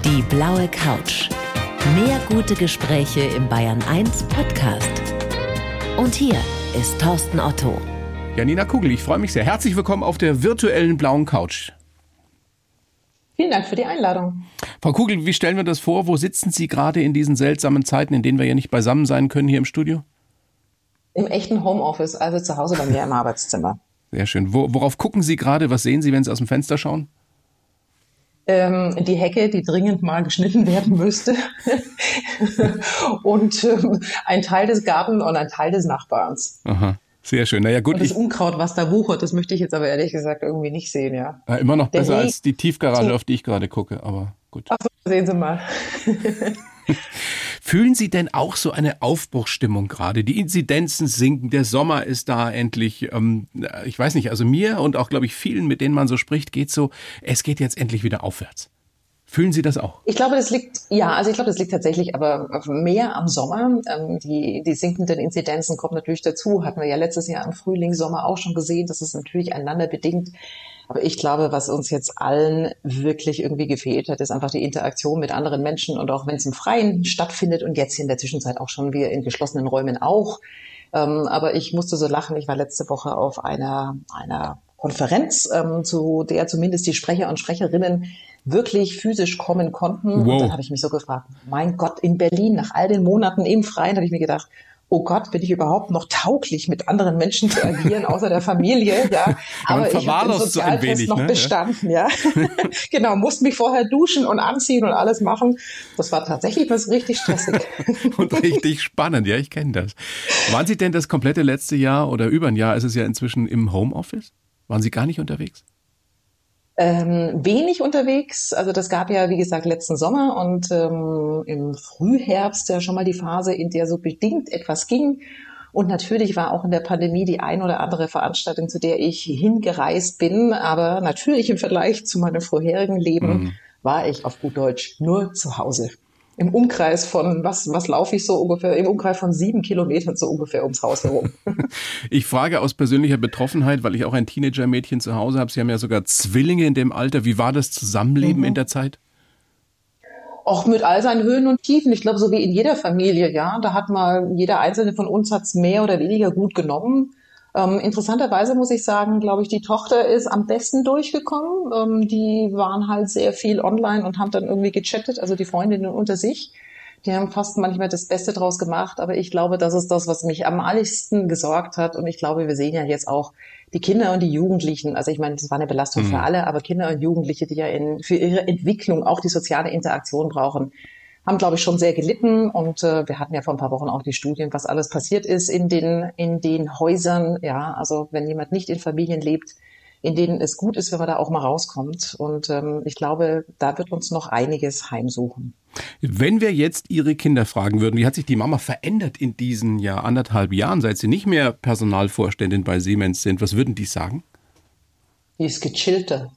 Die blaue Couch. Mehr gute Gespräche im Bayern 1 Podcast. Und hier ist Thorsten Otto. Janina Kugel, ich freue mich sehr. Herzlich willkommen auf der virtuellen blauen Couch. Vielen Dank für die Einladung. Frau Kugel, wie stellen wir das vor? Wo sitzen Sie gerade in diesen seltsamen Zeiten, in denen wir ja nicht beisammen sein können hier im Studio? Im echten Homeoffice, also zu Hause bei mir im Arbeitszimmer. Sehr schön. Worauf gucken Sie gerade? Was sehen Sie, wenn Sie aus dem Fenster schauen? Die Hecke, die dringend mal geschnitten werden müsste. Und ein Teil des Gartens und ein Teil des Nachbarns. Aha, sehr schön. Naja, gut. Und das Unkraut, was da wuchert, das möchte ich jetzt aber ehrlich gesagt irgendwie nicht sehen, ja. Ja, immer noch besser als die Tiefgarage, auf die ich gerade gucke, aber gut. Ach so, sehen Sie mal. Fühlen Sie denn auch so eine Aufbruchsstimmung gerade? Die Inzidenzen sinken, der Sommer ist da endlich. Ich weiß nicht, also mir und auch, glaube ich, vielen, mit denen man so spricht, es geht jetzt endlich wieder aufwärts. Fühlen Sie das auch? Ich glaube, das liegt tatsächlich aber mehr am Sommer. Die sinkenden Inzidenzen kommen natürlich dazu. Hatten wir ja letztes Jahr im Frühling, Sommer auch schon gesehen. Das ist natürlich einander bedingt. Aber ich glaube, was uns jetzt allen wirklich irgendwie gefehlt hat, ist einfach die Interaktion mit anderen Menschen. Und auch wenn es im Freien stattfindet und jetzt in der Zwischenzeit auch schon wir in geschlossenen Räumen auch. Aber ich musste so lachen. Ich war letzte Woche auf einer Konferenz, zu der zumindest die Sprecher und Sprecherinnen wirklich physisch kommen konnten. Wow. Und dann habe ich mich so gefragt, mein Gott, in Berlin, nach all den Monaten im Freien, habe ich mir gedacht, oh Gott, bin ich überhaupt noch tauglich, mit anderen Menschen zu agieren, außer der Familie, ja. Aber ich habe den Sozialtest noch bestanden, ja. Genau, musste mich vorher duschen und anziehen und alles machen. Das war tatsächlich was richtig stressig. Und richtig spannend, ja, ich kenne das. Waren Sie denn das komplette letzte Jahr oder über ein Jahr ist es ja inzwischen im Homeoffice? Waren Sie gar nicht unterwegs? Wenig unterwegs. Also das gab ja, wie gesagt, letzten Sommer und im Frühherbst ja schon mal die Phase, in der so bedingt etwas ging. Und natürlich war auch in der Pandemie die ein oder andere Veranstaltung, zu der ich hingereist bin. Aber natürlich im Vergleich zu meinem vorherigen Leben war ich auf gut Deutsch nur zu Hause. Im Umkreis von, was laufe ich so ungefähr? Im Umkreis von 7 Kilometern so ungefähr ums Haus herum. Ich frage aus persönlicher Betroffenheit, weil ich auch ein Teenager-Mädchen zu Hause habe. Sie haben ja sogar Zwillinge in dem Alter. Wie war das Zusammenleben in der Zeit? Auch mit all seinen Höhen und Tiefen. Ich glaube, so wie in jeder Familie, ja. Da hat mal, jeder Einzelne von uns hat's mehr oder weniger gut genommen. Interessanterweise muss ich sagen, glaube ich, die Tochter ist am besten durchgekommen. Die waren halt sehr viel online und haben dann irgendwie gechattet, also die Freundinnen unter sich. Die haben fast manchmal das Beste draus gemacht, aber ich glaube, das ist das, was mich am meisten gesorgt hat. Und ich glaube, wir sehen ja jetzt auch die Kinder und die Jugendlichen. Also ich meine, das war eine Belastung für alle, aber Kinder und Jugendliche, die ja für ihre Entwicklung auch die soziale Interaktion brauchen, haben, glaube ich, schon sehr gelitten. Und wir hatten ja vor ein paar Wochen auch die Studien, was alles passiert ist in den Häusern. Ja, also wenn jemand nicht in Familien lebt, in denen es gut ist, wenn man da auch mal rauskommt. Und ich glaube, da wird uns noch einiges heimsuchen. Wenn wir jetzt Ihre Kinder fragen würden, wie hat sich die Mama verändert in diesen 1,5 Jahren, seit Sie nicht mehr Personalvorständin bei Siemens sind, was würden die sagen? Die ist gechillter.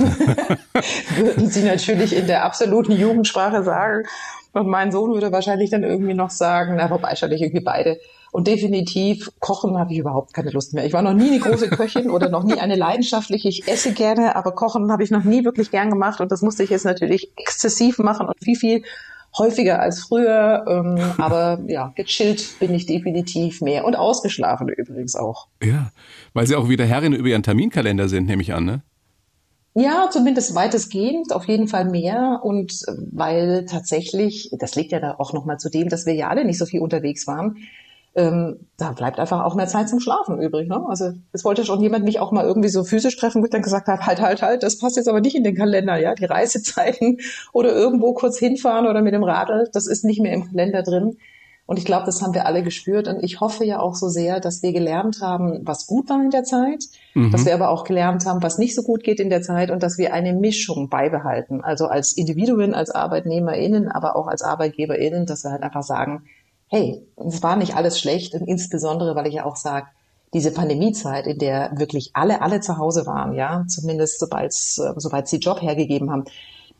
Würden sie natürlich in der absoluten Jugendsprache sagen. Und mein Sohn würde wahrscheinlich dann irgendwie noch sagen, wobei wahrscheinlich irgendwie beide. Und definitiv, kochen habe ich überhaupt keine Lust mehr. Ich war noch nie eine große Köchin oder noch nie eine leidenschaftliche. Ich esse gerne, aber kochen habe ich noch nie wirklich gern gemacht. Und das musste ich jetzt natürlich exzessiv machen und viel, viel häufiger als früher. Aber ja, gechillt bin ich definitiv mehr. Und ausgeschlafen übrigens auch. Ja, weil Sie auch wieder Herrin über Ihren Terminkalender sind, nehme ich an, ne? Ja, zumindest weitestgehend, auf jeden Fall mehr. Und weil tatsächlich, das liegt ja da auch nochmal zu dem, dass wir ja alle nicht so viel unterwegs waren, da bleibt einfach auch mehr Zeit zum Schlafen übrig. Ne? Also es wollte schon jemand mich auch mal irgendwie so physisch treffen, wo ich dann gesagt habe, halt, das passt jetzt aber nicht in den Kalender. Ja, die Reisezeiten oder irgendwo kurz hinfahren oder mit dem Radl, das ist nicht mehr im Kalender drin. Und ich glaube, das haben wir alle gespürt. Und ich hoffe ja auch so sehr, dass wir gelernt haben, was gut war in der Zeit, dass wir aber auch gelernt haben, was nicht so gut geht in der Zeit und dass wir eine Mischung beibehalten. Also als Individuen, als ArbeitnehmerInnen, aber auch als ArbeitgeberInnen, dass wir halt einfach sagen, hey, es war nicht alles schlecht. Und insbesondere, weil ich ja auch sage, diese Pandemiezeit, in der wirklich alle zu Hause waren, ja, zumindest sobald sie Job hergegeben haben,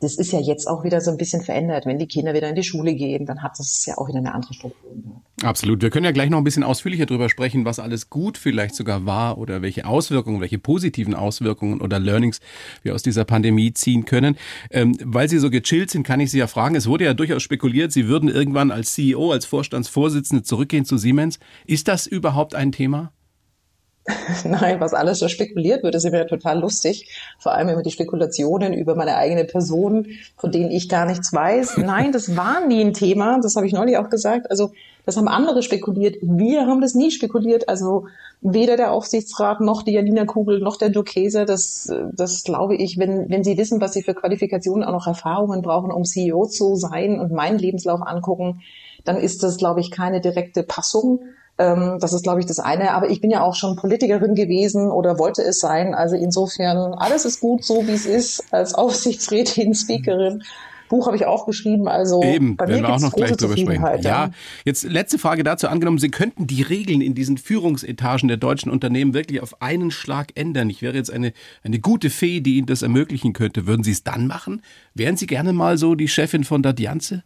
das ist ja jetzt auch wieder so ein bisschen verändert. Wenn die Kinder wieder in die Schule gehen, dann hat das ja auch wieder eine andere Struktur. Absolut. Wir können ja gleich noch ein bisschen ausführlicher drüber sprechen, was alles gut vielleicht sogar war oder welche Auswirkungen, welche positiven Auswirkungen oder Learnings wir aus dieser Pandemie ziehen können. Weil Sie so gechillt sind, kann ich Sie ja fragen, es wurde ja durchaus spekuliert, Sie würden irgendwann als CEO, als Vorstandsvorsitzende zurückgehen zu Siemens. Ist das überhaupt ein Thema? Nein, was alles so spekuliert wird, ist immer total lustig. Vor allem immer die Spekulationen über meine eigene Person, von denen ich gar nichts weiß. Nein, das war nie ein Thema. Das habe ich neulich auch gesagt. Also das haben andere spekuliert. Wir haben das nie spekuliert. Also weder der Aufsichtsrat noch die Janina Kugel noch der Dirk Käser. Das glaube ich, wenn Sie wissen, was Sie für Qualifikationen, auch noch Erfahrungen brauchen, um CEO zu sein und meinen Lebenslauf angucken, dann ist das, glaube ich, keine direkte Passung. Das ist, glaube ich, das eine. Aber ich bin ja auch schon Politikerin gewesen oder wollte es sein. Also insofern, alles ist gut, so wie es ist, als Aufsichtsrätin, Speakerin. Buch habe ich auch geschrieben. Also eben, bei mir werden wir auch noch gleich drüber sprechen. Ja, ja, jetzt letzte Frage dazu. Angenommen, Sie könnten die Regeln in diesen Führungsetagen der deutschen Unternehmen wirklich auf einen Schlag ändern. Ich wäre jetzt eine gute Fee, die Ihnen das ermöglichen könnte. Würden Sie es dann machen? Wären Sie gerne mal so die Chefin von der Dianze?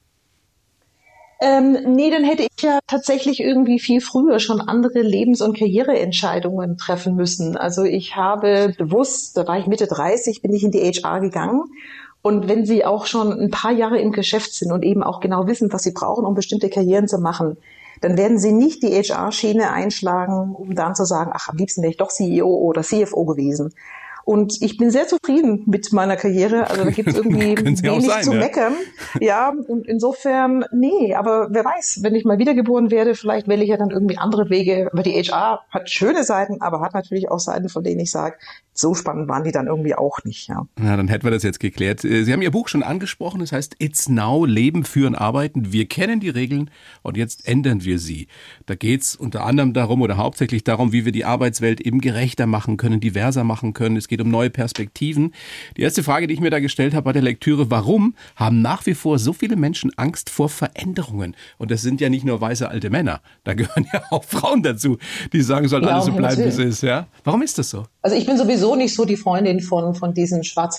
Nee, dann hätte ich ja tatsächlich irgendwie viel früher schon andere Lebens- und Karriereentscheidungen treffen müssen. Also ich habe bewusst, da war ich Mitte 30, bin ich in die HR gegangen. Und wenn Sie auch schon ein paar Jahre im Geschäft sind und eben auch genau wissen, was Sie brauchen, um bestimmte Karrieren zu machen, dann werden Sie nicht die HR-Schiene einschlagen, um dann zu sagen, ach, am liebsten wäre ich doch CEO oder CFO gewesen. Und ich bin sehr zufrieden mit meiner Karriere. Also da gibt es irgendwie wenig zu meckern. Ja, und insofern, nee, aber wer weiß, wenn ich mal wiedergeboren werde, vielleicht wähle ich ja dann irgendwie andere Wege. Aber die HR hat schöne Seiten, aber hat natürlich auch Seiten, von denen ich sage, so spannend waren die dann irgendwie auch nicht. Ja, dann hätten wir das jetzt geklärt. Sie haben Ihr Buch schon angesprochen, das heißt It's Now, Leben, Führen, Arbeiten. Wir kennen die Regeln und jetzt ändern wir sie. Da geht's unter anderem darum oder hauptsächlich darum, wie wir die Arbeitswelt eben gerechter machen können, diverser machen können. Es geht um neue Perspektiven. Die erste Frage, die ich mir da gestellt habe bei der Lektüre, warum haben nach wie vor so viele Menschen Angst vor Veränderungen? Und das sind ja nicht nur weiße alte Männer, da gehören ja auch Frauen dazu, die sagen, soll alles so bleiben, wie es ist. Ja? Warum ist das so? Also ich bin sowieso nicht so die Freundin von diesen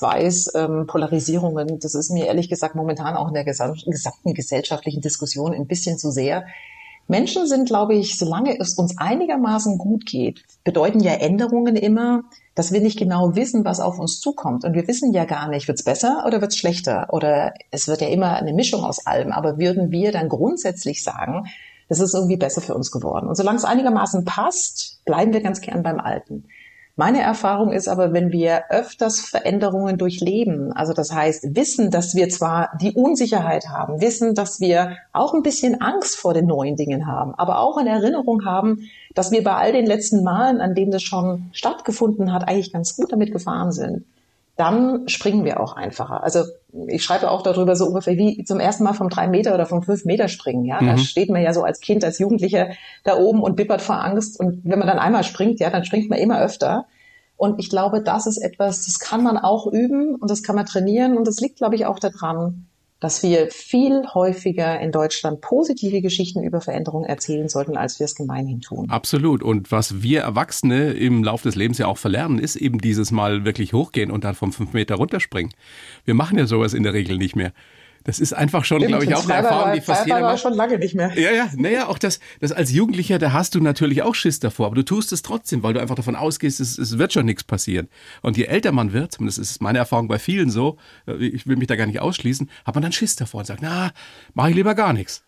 Schwarz-Weiß-Polarisierungen. Das ist mir ehrlich gesagt momentan auch in der gesamten gesellschaftlichen Diskussion ein bisschen zu sehr. Menschen sind, glaube ich, solange es uns einigermaßen gut geht, bedeuten ja Änderungen immer, dass wir nicht genau wissen, was auf uns zukommt. Und wir wissen ja gar nicht, wird's besser oder wird's schlechter? Oder es wird ja immer eine Mischung aus allem. Aber würden wir dann grundsätzlich sagen, das ist irgendwie besser für uns geworden? Und solange es einigermaßen passt, bleiben wir ganz gern beim Alten. Meine Erfahrung ist aber, wenn wir öfters Veränderungen durchleben, also das heißt, wissen, dass wir zwar die Unsicherheit haben, wissen, dass wir auch ein bisschen Angst vor den neuen Dingen haben, aber auch in Erinnerung haben, dass wir bei all den letzten Malen, an denen das schon stattgefunden hat, eigentlich ganz gut damit gefahren sind, dann springen wir auch einfacher. Also ich schreibe auch darüber so ungefähr wie zum ersten Mal vom 3 Meter oder vom 5 Meter springen. Ja, da steht man ja so als Kind, als Jugendlicher da oben und bibbert vor Angst. Und wenn man dann einmal springt, ja, dann springt man immer öfter. Und ich glaube, das ist etwas, das kann man auch üben und das kann man trainieren. Und das liegt, glaube ich, auch daran, dass wir viel häufiger in Deutschland positive Geschichten über Veränderungen erzählen sollten, als wir es gemeinhin tun. Absolut. Und was wir Erwachsene im Laufe des Lebens ja auch verlernen, ist eben dieses Mal wirklich hochgehen und dann vom 5 Meter runterspringen. Wir machen ja sowas in der Regel nicht mehr. Das ist einfach schon, glaube ich, auch eine Erfahrung, die fast jeder macht. Schon lange nicht mehr. Ja, naja, auch das als Jugendlicher, da hast du natürlich auch Schiss davor, aber du tust es trotzdem, weil du einfach davon ausgehst, es wird schon nichts passieren. Und je älter man wird, und das ist meine Erfahrung bei vielen so, ich will mich da gar nicht ausschließen, hat man dann Schiss davor und sagt, mach ich lieber gar nichts.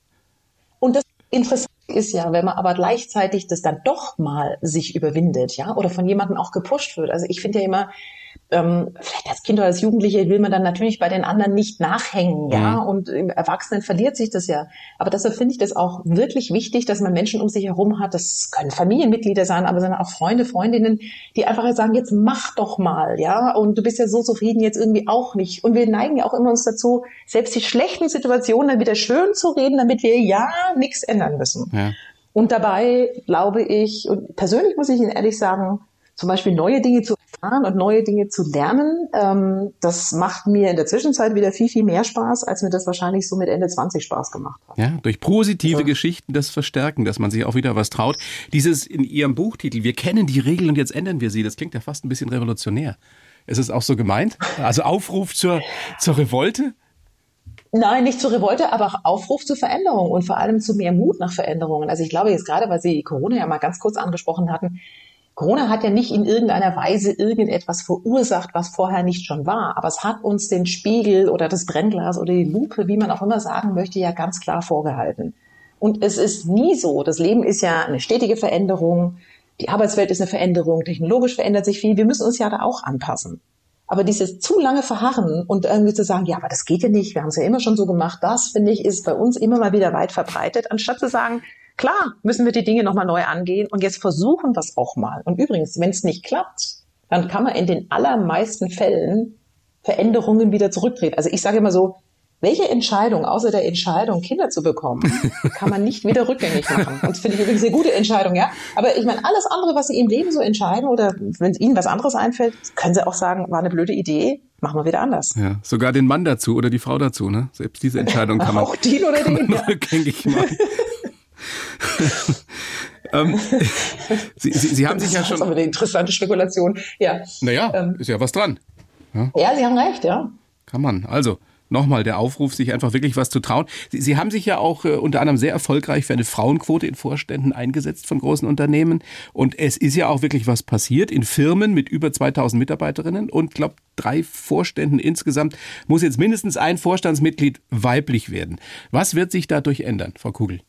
Und das Interessante ist ja, wenn man aber gleichzeitig das dann doch mal sich überwindet, ja, oder von jemandem auch gepusht wird. Also ich finde ja immer, vielleicht als Kind oder als Jugendliche will man dann natürlich bei den anderen nicht nachhängen, ja, und im Erwachsenen verliert sich das ja. Aber deshalb finde ich das auch wirklich wichtig, dass man Menschen um sich herum hat, das können Familienmitglieder sein, aber sondern auch Freunde, Freundinnen, die einfach sagen, jetzt mach doch mal, ja, und du bist ja so zufrieden, jetzt irgendwie auch nicht. Und wir neigen ja auch immer uns dazu, selbst die schlechten Situationen dann wieder schön zu reden, damit wir ja nichts ändern müssen. Ja. Und dabei glaube ich, und persönlich muss ich Ihnen ehrlich sagen, zum Beispiel neue Dinge zu erfahren und neue Dinge zu lernen, das macht mir in der Zwischenzeit wieder viel, viel mehr Spaß, als mir das wahrscheinlich so mit Ende 20 Spaß gemacht hat. Ja, durch positive Geschichten das verstärken, dass man sich auch wieder was traut. Dieses in Ihrem Buchtitel, wir kennen die Regeln und jetzt ändern wir sie, das klingt ja fast ein bisschen revolutionär. Ist es auch so gemeint? Also Aufruf zur Revolte? Nein, nicht zur Revolte, aber auch Aufruf zur Veränderung und vor allem zu mehr Mut nach Veränderungen. Also ich glaube jetzt gerade, weil Sie Corona ja mal ganz kurz angesprochen hatten, Corona hat ja nicht in irgendeiner Weise irgendetwas verursacht, was vorher nicht schon war. Aber es hat uns den Spiegel oder das Brennglas oder die Lupe, wie man auch immer sagen möchte, ja ganz klar vorgehalten. Und es ist nie so. Das Leben ist ja eine stetige Veränderung. Die Arbeitswelt ist eine Veränderung. Technologisch verändert sich viel. Wir müssen uns ja da auch anpassen. Aber dieses zu lange Verharren und irgendwie zu sagen, ja, aber das geht ja nicht, wir haben es ja immer schon so gemacht, das, finde ich, ist bei uns immer mal wieder weit verbreitet, anstatt zu sagen, klar, müssen wir die Dinge nochmal neu angehen und jetzt versuchen wir es auch mal. Und übrigens, wenn es nicht klappt, dann kann man in den allermeisten Fällen Veränderungen wieder zurückdrehen. Also ich sage immer so, welche Entscheidung, außer der Entscheidung, Kinder zu bekommen, kann man nicht wieder rückgängig machen? Und das finde ich übrigens eine gute Entscheidung, ja. Aber ich meine, alles andere, was Sie im Leben so entscheiden oder wenn Ihnen was anderes einfällt, können Sie auch sagen, war eine blöde Idee, machen wir wieder anders. Ja, sogar den Mann dazu oder die Frau dazu, ne? Selbst diese Entscheidung kann man auch den oder den, ja. Rückgängig machen. Sie haben sich ja schon... Das ist aber eine interessante Spekulation, ja. Naja, ist ja was dran. Ja, Sie haben recht, ja. Kann man. Also, nochmal der Aufruf, sich einfach wirklich was zu trauen. Sie haben sich ja auch unter anderem sehr erfolgreich für eine Frauenquote in Vorständen eingesetzt von großen Unternehmen. Und es ist ja auch wirklich was passiert. In Firmen mit über 2000 Mitarbeiterinnen und, glaube 3 Vorständen insgesamt muss jetzt mindestens ein Vorstandsmitglied weiblich werden. Was wird sich dadurch ändern, Frau Kugel?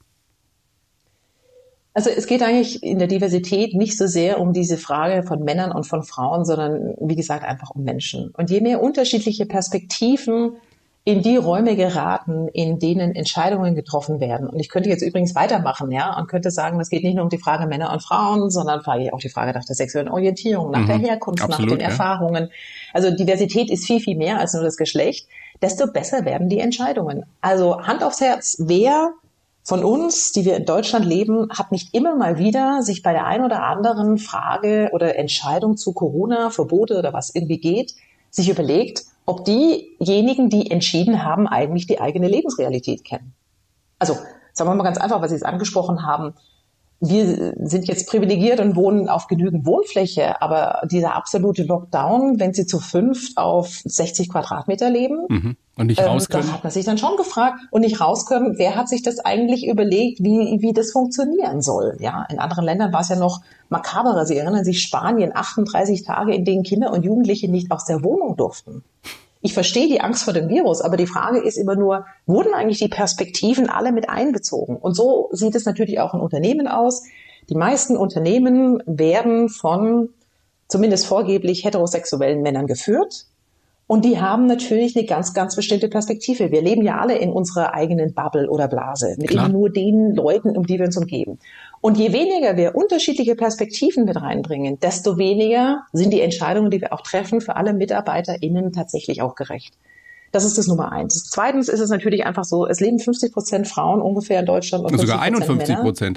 Also es geht eigentlich in der Diversität nicht so sehr um diese Frage von Männern und von Frauen, sondern wie gesagt einfach um Menschen. Und je mehr unterschiedliche Perspektiven in die Räume geraten, in denen Entscheidungen getroffen werden. Und ich könnte jetzt übrigens weitermachen, ja, und könnte sagen, es geht nicht nur um die Frage Männer und Frauen, sondern auch die Frage nach der sexuellen Orientierung, nach der Herkunft, absolut, nach den Erfahrungen. Also Diversität ist viel, viel mehr als nur das Geschlecht. Desto besser werden die Entscheidungen. Also Hand aufs Herz, wer von uns, die wir in Deutschland leben, hat nicht immer mal wieder sich bei der ein oder anderen Frage oder Entscheidung zu Corona, Verbote oder was irgendwie geht, sich überlegt, ob diejenigen, die entschieden haben, eigentlich die eigene Lebensrealität kennen. Also sagen wir mal ganz einfach, weil Sie es angesprochen haben, wir sind jetzt privilegiert und wohnen auf genügend Wohnfläche, aber dieser absolute Lockdown, wenn Sie zu 5 auf 60 Quadratmeter leben, und nicht raus können, da hat man sich dann schon gefragt und nicht raus können, wer hat sich das eigentlich überlegt, wie das funktionieren soll. Ja, in anderen Ländern war es ja noch makaberer. Sie erinnern sich, Spanien, 38 Tage, in denen Kinder und Jugendliche nicht aus der Wohnung durften. Ich verstehe die Angst vor dem Virus, aber die Frage ist immer nur, wurden eigentlich die Perspektiven alle mit einbezogen? Und so sieht es natürlich auch in Unternehmen aus. Die meisten Unternehmen werden von zumindest vorgeblich heterosexuellen Männern geführt. Und die haben natürlich eine ganz, ganz bestimmte Perspektive. Wir leben ja alle in unserer eigenen Bubble oder Blase, mit eben nur den Leuten, um die wir uns umgeben. Und je weniger wir unterschiedliche Perspektiven mit reinbringen, desto weniger sind die Entscheidungen, die wir auch treffen, für alle MitarbeiterInnen tatsächlich auch gerecht. Das ist das Nummer 1. Zweitens ist es natürlich einfach so, es leben 50% Frauen ungefähr in Deutschland und sogar 51%.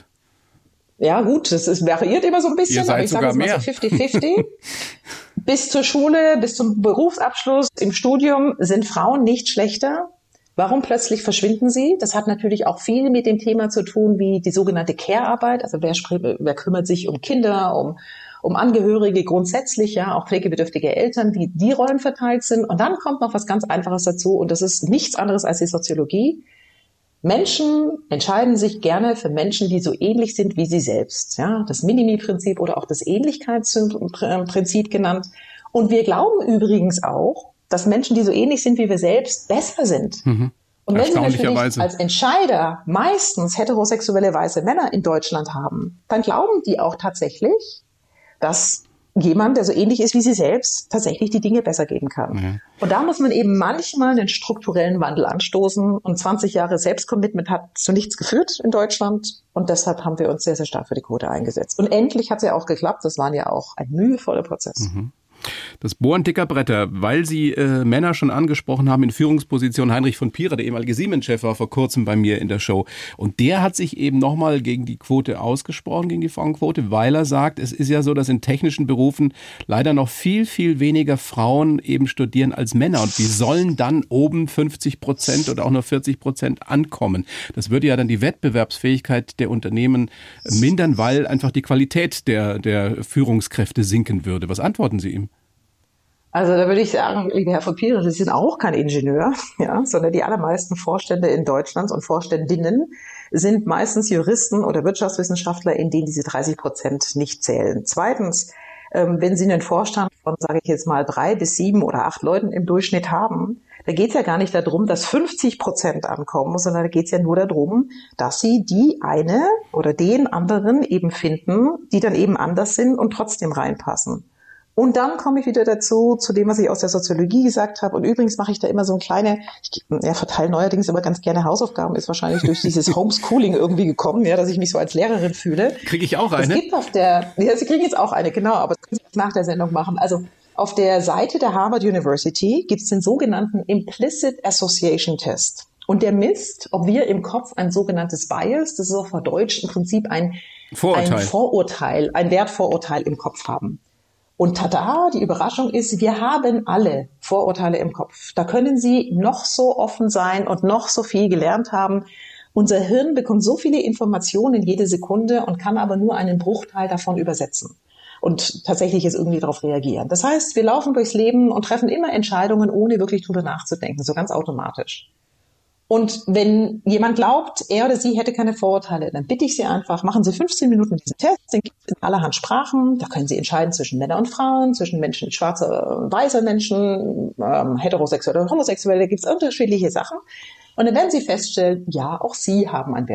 Ja gut, das variiert immer so ein bisschen, aber ich sage jetzt mal so 50-50. Bis zur Schule, bis zum Berufsabschluss, im Studium sind Frauen nicht schlechter. Warum plötzlich verschwinden sie? Das hat natürlich auch viel mit dem Thema zu tun, wie die sogenannte Care-Arbeit. Also wer kümmert sich um Kinder, um Angehörige grundsätzlich, ja, auch pflegebedürftige Eltern, wie die Rollen verteilt sind. Und dann kommt noch was ganz Einfaches dazu und das ist nichts anderes als die Soziologie. Menschen entscheiden sich gerne für Menschen, die so ähnlich sind wie sie selbst. Ja, das Minimi-Prinzip oder auch das Ähnlichkeitsprinzip genannt. Und wir glauben übrigens auch, dass Menschen, die so ähnlich sind wie wir selbst, besser sind. Und wenn Sie natürlich als Entscheider meistens heterosexuelle weiße Männer in Deutschland haben, dann glauben die auch tatsächlich, dass jemand, der so ähnlich ist wie sie selbst, tatsächlich die Dinge besser geben kann. Ja. Und da muss man eben manchmal einen strukturellen Wandel anstoßen. Und 20 Jahre Selbstcommitment hat zu nichts geführt in Deutschland. Und deshalb haben wir uns sehr, sehr stark für die Quote eingesetzt. Und endlich hat es ja auch geklappt. Das war ja auch ein mühevoller Prozess. Das Bohren dicker Bretter, weil Sie Männer schon angesprochen haben in Führungspositionen. Heinrich von Pierer, der ehemalige Siemens-Chef, war vor kurzem bei mir in der Show. Und der hat sich eben nochmal gegen die Quote ausgesprochen, gegen die Frauenquote, weil er sagt, es ist ja so, dass in technischen Berufen leider noch viel, viel weniger Frauen eben studieren als Männer. Und wie sollen dann oben 50% oder auch nur 40% ankommen? Das würde ja dann die Wettbewerbsfähigkeit der Unternehmen mindern, weil einfach die Qualität der Führungskräfte sinken würde. Was antworten Sie ihm? Also da würde ich sagen, lieber Herr von Pieren, Sie sind auch kein Ingenieur, ja, sondern die allermeisten Vorstände in Deutschland und Vorständinnen sind meistens Juristen oder Wirtschaftswissenschaftler, in denen diese 30% nicht zählen. Zweitens, wenn Sie einen Vorstand von, sage ich jetzt mal, 3 bis 7 oder 8 Leuten im Durchschnitt haben, da geht es ja gar nicht darum, dass 50% ankommen, sondern da geht es ja nur darum, dass Sie die eine oder den anderen eben finden, die dann eben anders sind und trotzdem reinpassen. Und dann komme ich wieder dazu, zu dem, was ich aus der Soziologie gesagt habe. Und übrigens mache ich da immer so ich verteile neuerdings immer ganz gerne Hausaufgaben, ist wahrscheinlich durch dieses Homeschooling irgendwie gekommen, ja, dass ich mich so als Lehrerin fühle. Kriege ich auch eine? Sie kriegen jetzt auch eine, genau, aber das können Sie nach der Sendung machen. Also auf der Seite der Harvard University gibt es den sogenannten Implicit Association Test. Und der misst, ob wir im Kopf ein sogenanntes Bias, das ist auch auf Deutsch im Prinzip ein Vorurteil, ein Wertvorurteil im Kopf haben. Und tada, die Überraschung ist, wir haben alle Vorurteile im Kopf. Da können Sie noch so offen sein und noch so viel gelernt haben. Unser Hirn bekommt so viele Informationen jede Sekunde und kann aber nur einen Bruchteil davon übersetzen und tatsächlich jetzt irgendwie darauf reagieren. Das heißt, wir laufen durchs Leben und treffen immer Entscheidungen, ohne wirklich drüber nachzudenken, so ganz automatisch. Und wenn jemand glaubt, er oder sie hätte keine Vorurteile, dann bitte ich Sie einfach, machen Sie 15 Minuten diesen Test, den gibt es in allerhand Sprachen. Da können Sie entscheiden zwischen Männern und Frauen, zwischen Menschen, schwarzer und weißer Menschen, heterosexuelle und homosexuelle, da gibt es unterschiedliche Sachen. Und dann werden Sie feststellen, ja, auch Sie haben ein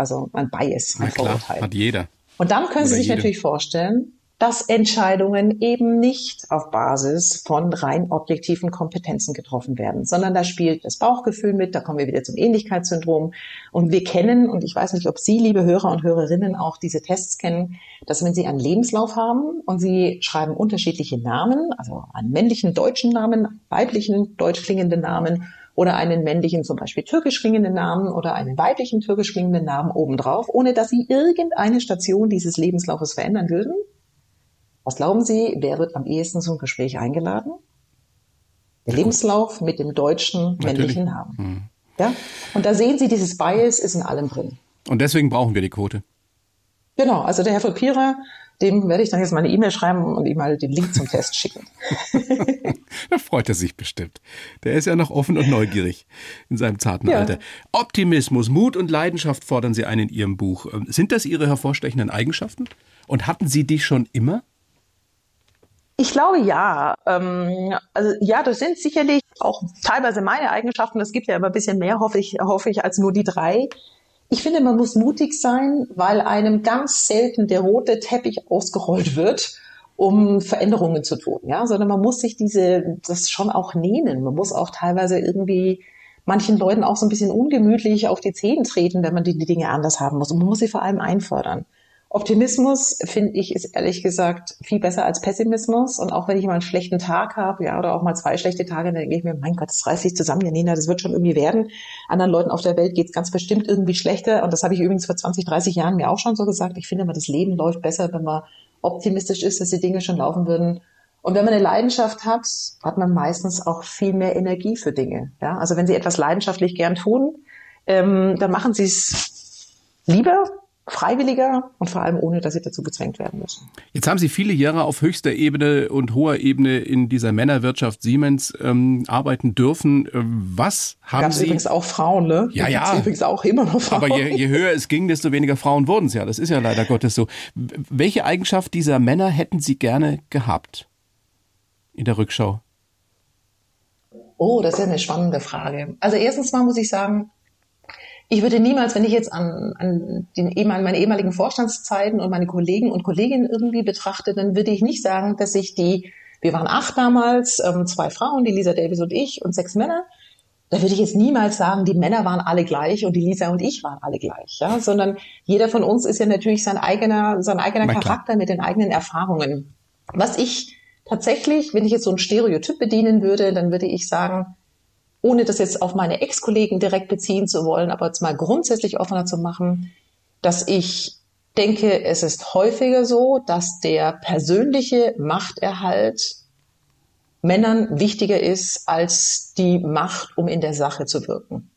Bias, ein Vorurteil. Hat jeder. Und dann können Sie sich natürlich vorstellen, dass Entscheidungen eben nicht auf Basis von rein objektiven Kompetenzen getroffen werden, sondern da spielt das Bauchgefühl mit, da kommen wir wieder zum Ähnlichkeitssyndrom. Und wir kennen, und ich weiß nicht, ob Sie, liebe Hörer und Hörerinnen, auch diese Tests kennen, dass wenn Sie einen Lebenslauf haben und Sie schreiben unterschiedliche Namen, also einen männlichen deutschen Namen, weiblichen deutsch klingenden Namen oder einen männlichen, zum Beispiel türkisch klingenden Namen oder einen weiblichen türkisch klingenden Namen obendrauf, ohne dass Sie irgendeine Station dieses Lebenslaufes verändern würden. Was glauben Sie, wer wird am ehesten zum Gespräch eingeladen? Der Lebenslauf mit dem deutschen männlichen Namen. Ja? Und da sehen Sie, dieses Bias ist in allem drin. Und deswegen brauchen wir die Quote. Genau, also der Herr von Pierer, dem werde ich dann jetzt mal eine E-Mail schreiben und ihm mal den Link zum Test schicken. Da freut er sich bestimmt. Der ist ja noch offen und neugierig in seinem zarten Alter. Optimismus, Mut und Leidenschaft fordern Sie ein in Ihrem Buch. Sind das Ihre hervorstechenden Eigenschaften? Und hatten Sie die schon immer? Ich glaube, ja. Also ja, das sind sicherlich auch teilweise meine Eigenschaften. Es gibt ja immer ein bisschen mehr, hoffe ich, als nur die 3. Ich finde, man muss mutig sein, weil einem ganz selten der rote Teppich ausgerollt wird, um Veränderungen zu tun. Ja, sondern man muss sich das schon auch nehmen. Man muss auch teilweise irgendwie manchen Leuten auch so ein bisschen ungemütlich auf die Zehen treten, wenn man die Dinge anders haben muss. Und man muss sie vor allem einfordern. Optimismus, finde ich, ist ehrlich gesagt viel besser als Pessimismus. Und auch wenn ich mal einen schlechten Tag habe, ja, oder auch mal 2 schlechte Tage, dann denke ich mir, mein Gott, das reißt sich zusammen, Janina, das wird schon irgendwie werden. Anderen Leuten auf der Welt geht es ganz bestimmt irgendwie schlechter. Und das habe ich übrigens vor 20, 30 Jahren mir auch schon so gesagt. Ich finde immer, das Leben läuft besser, wenn man optimistisch ist, dass die Dinge schon laufen würden. Und wenn man eine Leidenschaft hat, hat man meistens auch viel mehr Energie für Dinge. Ja, also wenn Sie etwas leidenschaftlich gern tun, dann machen Sie es lieber, freiwilliger und vor allem ohne, dass sie dazu gezwängt werden müssen. Jetzt haben Sie viele Jahre auf höchster Ebene und hoher Ebene in dieser Männerwirtschaft Siemens arbeiten dürfen. Was haben Gab's Sie... übrigens auch Frauen, ne? Ja, ja. Gibt's übrigens auch immer noch Frauen. Aber je höher es ging, desto weniger Frauen wurden es ja. Das ist ja leider Gottes so. Welche Eigenschaft dieser Männer hätten Sie gerne gehabt in der Rückschau? Oh, das ist ja eine spannende Frage. Also erstens mal muss ich sagen, ich würde niemals, wenn ich jetzt an meine ehemaligen Vorstandszeiten und meine Kollegen und Kolleginnen irgendwie betrachte, dann würde ich nicht sagen, dass wir waren 8 damals, 2 Frauen, die Lisa Davis und ich und 6 Männer. Da würde ich jetzt niemals sagen, die Männer waren alle gleich und die Lisa und ich waren alle gleich, ja, sondern jeder von uns ist ja natürlich sein eigener Charakter mit den eigenen Erfahrungen. Was ich tatsächlich, wenn ich jetzt so ein Stereotyp bedienen würde, dann würde ich sagen, ohne das jetzt auf meine Ex-Kollegen direkt beziehen zu wollen, aber jetzt mal grundsätzlich offener zu machen, dass ich denke, es ist häufiger so, dass der persönliche Machterhalt Männern wichtiger ist als die Macht, um in der Sache zu wirken.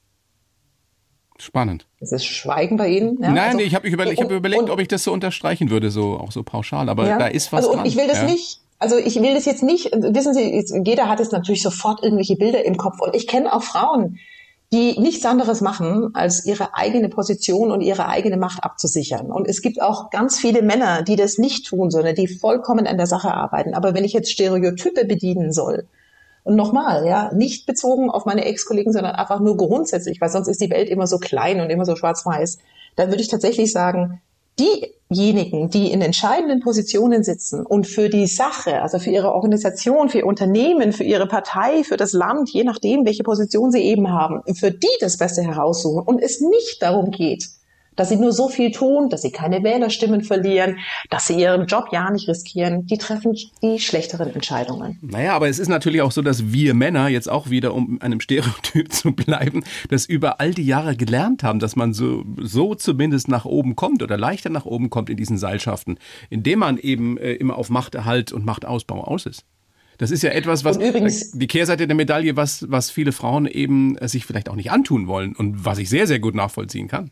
Spannend. Es ist Schweigen bei Ihnen. Ja? Ich habe überlegt, ob ich das so unterstreichen würde, auch so pauschal, aber da ist was dran. Und ich will das nicht. Also ich will das jetzt nicht, wissen Sie, jeder hat jetzt natürlich sofort irgendwelche Bilder im Kopf. Und ich kenne auch Frauen, die nichts anderes machen, als ihre eigene Position und ihre eigene Macht abzusichern. Und es gibt auch ganz viele Männer, die das nicht tun, sondern die vollkommen an der Sache arbeiten. Aber wenn ich jetzt Stereotype bedienen soll, und nochmal, ja, nicht bezogen auf meine Ex-Kollegen, sondern einfach nur grundsätzlich, weil sonst ist die Welt immer so klein und immer so schwarz-weiß, dann würde ich tatsächlich sagen, diejenigen, die in entscheidenden Positionen sitzen und für die Sache, also für ihre Organisation, für ihr Unternehmen, für ihre Partei, für das Land, je nachdem, welche Position sie eben haben, für die das Beste heraussuchen und es nicht darum geht, dass sie nur so viel tun, dass sie keine Wählerstimmen verlieren, dass sie ihren Job ja nicht riskieren, die treffen die schlechteren Entscheidungen. Naja, aber es ist natürlich auch so, dass wir Männer jetzt auch wieder, um einem Stereotyp zu bleiben, das über all die Jahre gelernt haben, dass man so zumindest nach oben kommt oder leichter nach oben kommt in diesen Seilschaften, indem man eben immer auf Machterhalt und Machtausbau aus ist. Das ist ja etwas, was übrigens, die Kehrseite der Medaille, was viele Frauen eben sich vielleicht auch nicht antun wollen und was ich sehr, sehr gut nachvollziehen kann.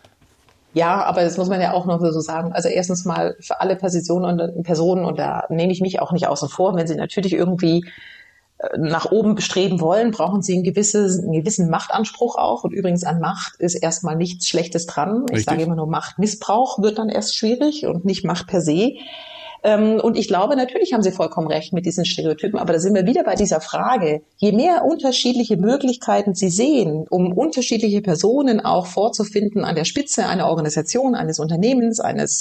Ja, aber das muss man ja auch noch so sagen. Also erstens mal für alle Personen, und da nehme ich mich auch nicht außen vor, wenn sie natürlich irgendwie nach oben bestreben wollen, brauchen sie einen gewissen Machtanspruch auch. Und übrigens an Macht ist erstmal nichts Schlechtes dran. Richtig. Ich sage immer nur, Machtmissbrauch wird dann erst schwierig und nicht Macht per se. Und ich glaube, natürlich haben Sie vollkommen recht mit diesen Stereotypen, aber da sind wir wieder bei dieser Frage. Je mehr unterschiedliche Möglichkeiten Sie sehen, um unterschiedliche Personen auch vorzufinden an der Spitze einer Organisation, eines Unternehmens,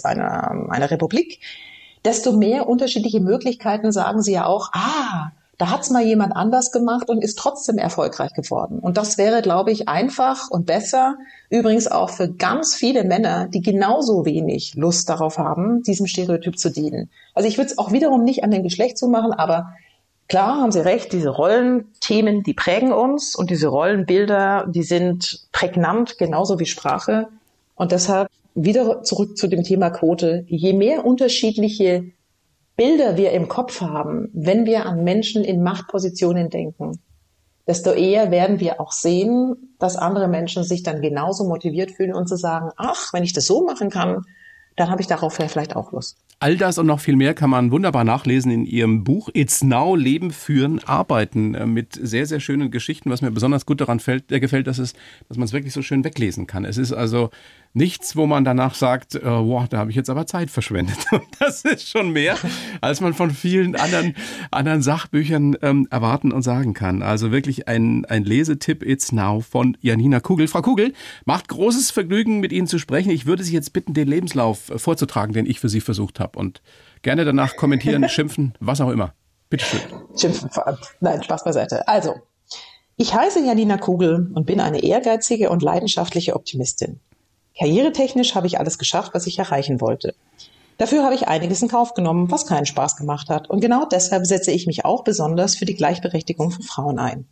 einer Republik, desto mehr unterschiedliche Möglichkeiten sagen Sie ja auch, da hat's mal jemand anders gemacht und ist trotzdem erfolgreich geworden. Und das wäre, glaube ich, einfach und besser. Übrigens auch für ganz viele Männer, die genauso wenig Lust darauf haben, diesem Stereotyp zu dienen. Also ich würde es auch wiederum nicht an dem Geschlecht so machen, aber klar haben Sie recht, diese Rollenthemen, die prägen uns und diese Rollenbilder, die sind prägnant, genauso wie Sprache. Und deshalb wieder zurück zu dem Thema Quote. Je mehr unterschiedliche Bilder wir im Kopf haben, wenn wir an Menschen in Machtpositionen denken, desto eher werden wir auch sehen, dass andere Menschen sich dann genauso motiviert fühlen und zu sagen, wenn ich das so machen kann, dann habe ich darauf vielleicht auch Lust. All das und noch viel mehr kann man wunderbar nachlesen in Ihrem Buch It's Now, Leben, Führen, Arbeiten, mit sehr, sehr schönen Geschichten. Was mir besonders gut daran gefällt, dass man es wirklich so schön weglesen kann. Es ist also nichts, wo man danach sagt, da habe ich jetzt aber Zeit verschwendet. Und das ist schon mehr, als man von vielen anderen Sachbüchern erwarten und sagen kann. Also wirklich ein Lesetipp It's Now von Janina Kugel. Frau Kugel, macht großes Vergnügen, mit Ihnen zu sprechen. Ich würde Sie jetzt bitten, den Lebenslauf vorzutragen, den ich für Sie versucht habe. Und gerne danach kommentieren, schimpfen, was auch immer. Bitte schön. Schimpfen vor allem. Nein, Spaß beiseite. Also, ich heiße Janina Kugel und bin eine ehrgeizige und leidenschaftliche Optimistin. Karrieretechnisch habe ich alles geschafft, was ich erreichen wollte. Dafür habe ich einiges in Kauf genommen, was keinen Spaß gemacht hat. Und genau deshalb setze ich mich auch besonders für die Gleichberechtigung von Frauen ein.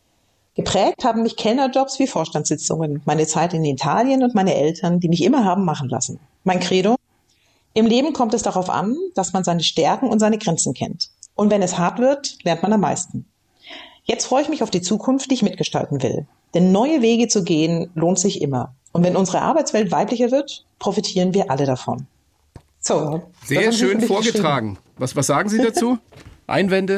Geprägt haben mich Kellnerjobs wie Vorstandssitzungen, meine Zeit in Italien und meine Eltern, die mich immer haben machen lassen. Mein Credo: Im Leben kommt es darauf an, dass man seine Stärken und seine Grenzen kennt. Und wenn es hart wird, lernt man am meisten. Jetzt freue ich mich auf die Zukunft, die ich mitgestalten will. Denn neue Wege zu gehen lohnt sich immer. Und wenn unsere Arbeitswelt weiblicher wird, profitieren wir alle davon. So. Sehr schön vorgetragen. Was sagen Sie dazu? Einwände?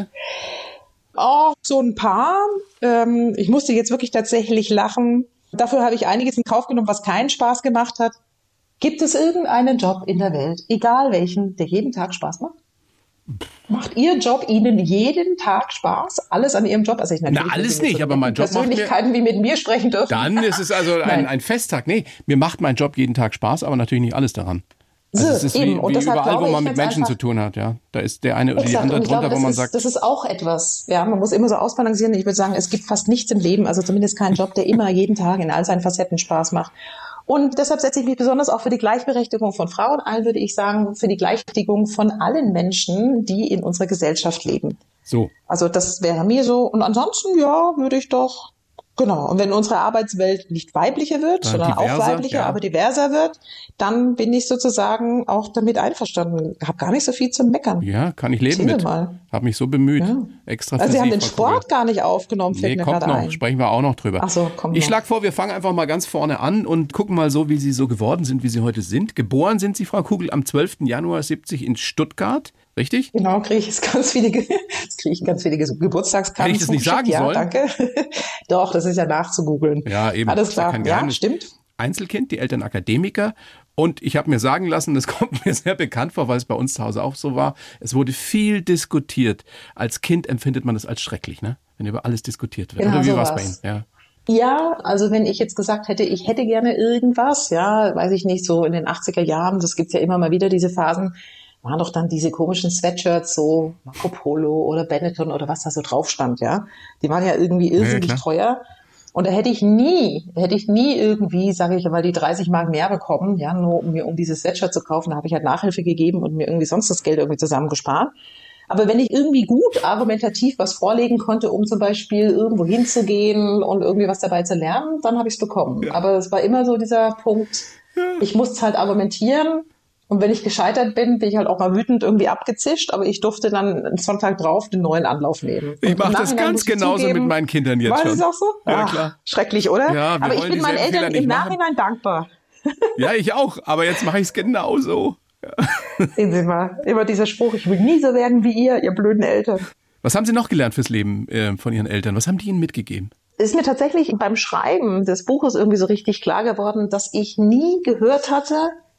So ein paar. Ich musste jetzt wirklich tatsächlich lachen. Dafür habe ich einiges in Kauf genommen, was keinen Spaß gemacht hat. Gibt es irgendeinen Job in der Welt, egal welchen, der jeden Tag Spaß macht? Macht Ihr Job Ihnen jeden Tag Spaß? Alles an Ihrem Job? Also ich natürlich alles nicht, aber mein Job macht mir... Persönlichkeiten wie mit mir sprechen dürfen. Dann ist es also ein Festtag. Nee, mir macht mein Job jeden Tag Spaß, aber natürlich nicht alles daran. Also es ist wie überall, wo man mit Menschen zu tun hat. Ja, da ist der eine oder die andere drunter, wo man sagt... Das ist auch etwas. Ja, man muss immer so ausbalancieren. Ich würde sagen, es gibt fast nichts im Leben, also zumindest keinen Job, der immer jeden Tag in all seinen Facetten Spaß macht. Und deshalb setze ich mich besonders auch für die Gleichberechtigung von Frauen ein, würde ich sagen, für die Gleichberechtigung von allen Menschen, die in unserer Gesellschaft leben. So. Also das wäre mir so. Und ansonsten, ja, würde ich doch, genau. Und wenn unsere Arbeitswelt nicht weiblicher wird, sondern auch weiblicher, aber diverser wird, dann bin ich sozusagen auch damit einverstanden. Habe gar nicht so viel zu meckern. Ja, kann ich leben mit. Habe mich so bemüht. Ja. Extra für also Sie haben den Frau Sport Kugel gar nicht aufgenommen, fällt mir kommt gerade noch. ein. Sprechen wir auch noch drüber. Ach so, kommt ich noch. schlage vor, wir fangen einfach mal ganz vorne an und gucken mal so, wie Sie so geworden sind, wie Sie heute sind. Geboren sind Sie, Frau Kugel, am 12. Januar 70 in Stuttgart. Richtig? Genau, kriege ich ganz viele Geburtstagskarten. Hätte ich das nicht sagen sollen? Ja, danke. Doch, das ist ja nachzugoogeln. Ja, eben. Alles klar. Ja, stimmt. Einzelkind, die Eltern Akademiker. Und ich habe mir sagen lassen, das kommt mir sehr bekannt vor, weil es bei uns zu Hause auch so war, es wurde viel diskutiert. Als Kind empfindet man das als schrecklich, ne? Wenn über alles diskutiert wird. Genau, oder wie war es bei Ihnen? Ja. Ja, also wenn ich jetzt gesagt hätte, ich hätte gerne irgendwas, ja, weiß ich nicht, so in den 80er Jahren, das gibt's ja immer mal wieder, diese Phasen, waren doch dann diese komischen Sweatshirts, so Marco Polo oder Benetton oder was da so drauf stand, ja. Die waren ja irgendwie irrsinnig teuer. Und da hätte ich nie irgendwie, sage ich mal, die 30 Mark mehr bekommen, ja, nur um dieses Sweatshirt zu kaufen. Da habe ich halt Nachhilfe gegeben und mir irgendwie sonst das Geld irgendwie zusammengespart. Aber wenn ich irgendwie gut argumentativ was vorlegen konnte, um zum Beispiel irgendwo hinzugehen und irgendwie was dabei zu lernen, dann habe ich es bekommen. Ja. Aber es war immer so dieser Punkt, ich musste halt argumentieren. Und wenn ich gescheitert bin ich halt auch mal wütend irgendwie abgezischt, aber ich durfte dann einen Sonntag drauf den neuen Anlauf nehmen. Und ich mache das ganz genauso mit meinen Kindern jetzt schon. War das auch so? Ja, klar. Schrecklich, oder? Ja, aber ich bin meinen Eltern im Nachhinein dankbar. Ja, ich auch, aber jetzt mache ich es genauso. Ja. Sehen Sie mal, immer dieser Spruch, ich will nie so werden wie ihr blöden Eltern. Was haben Sie noch gelernt fürs Leben von Ihren Eltern? Was haben die Ihnen mitgegeben? Ist mir tatsächlich beim Schreiben des Buches irgendwie so richtig klar geworden, dass ich nie gehört hatte,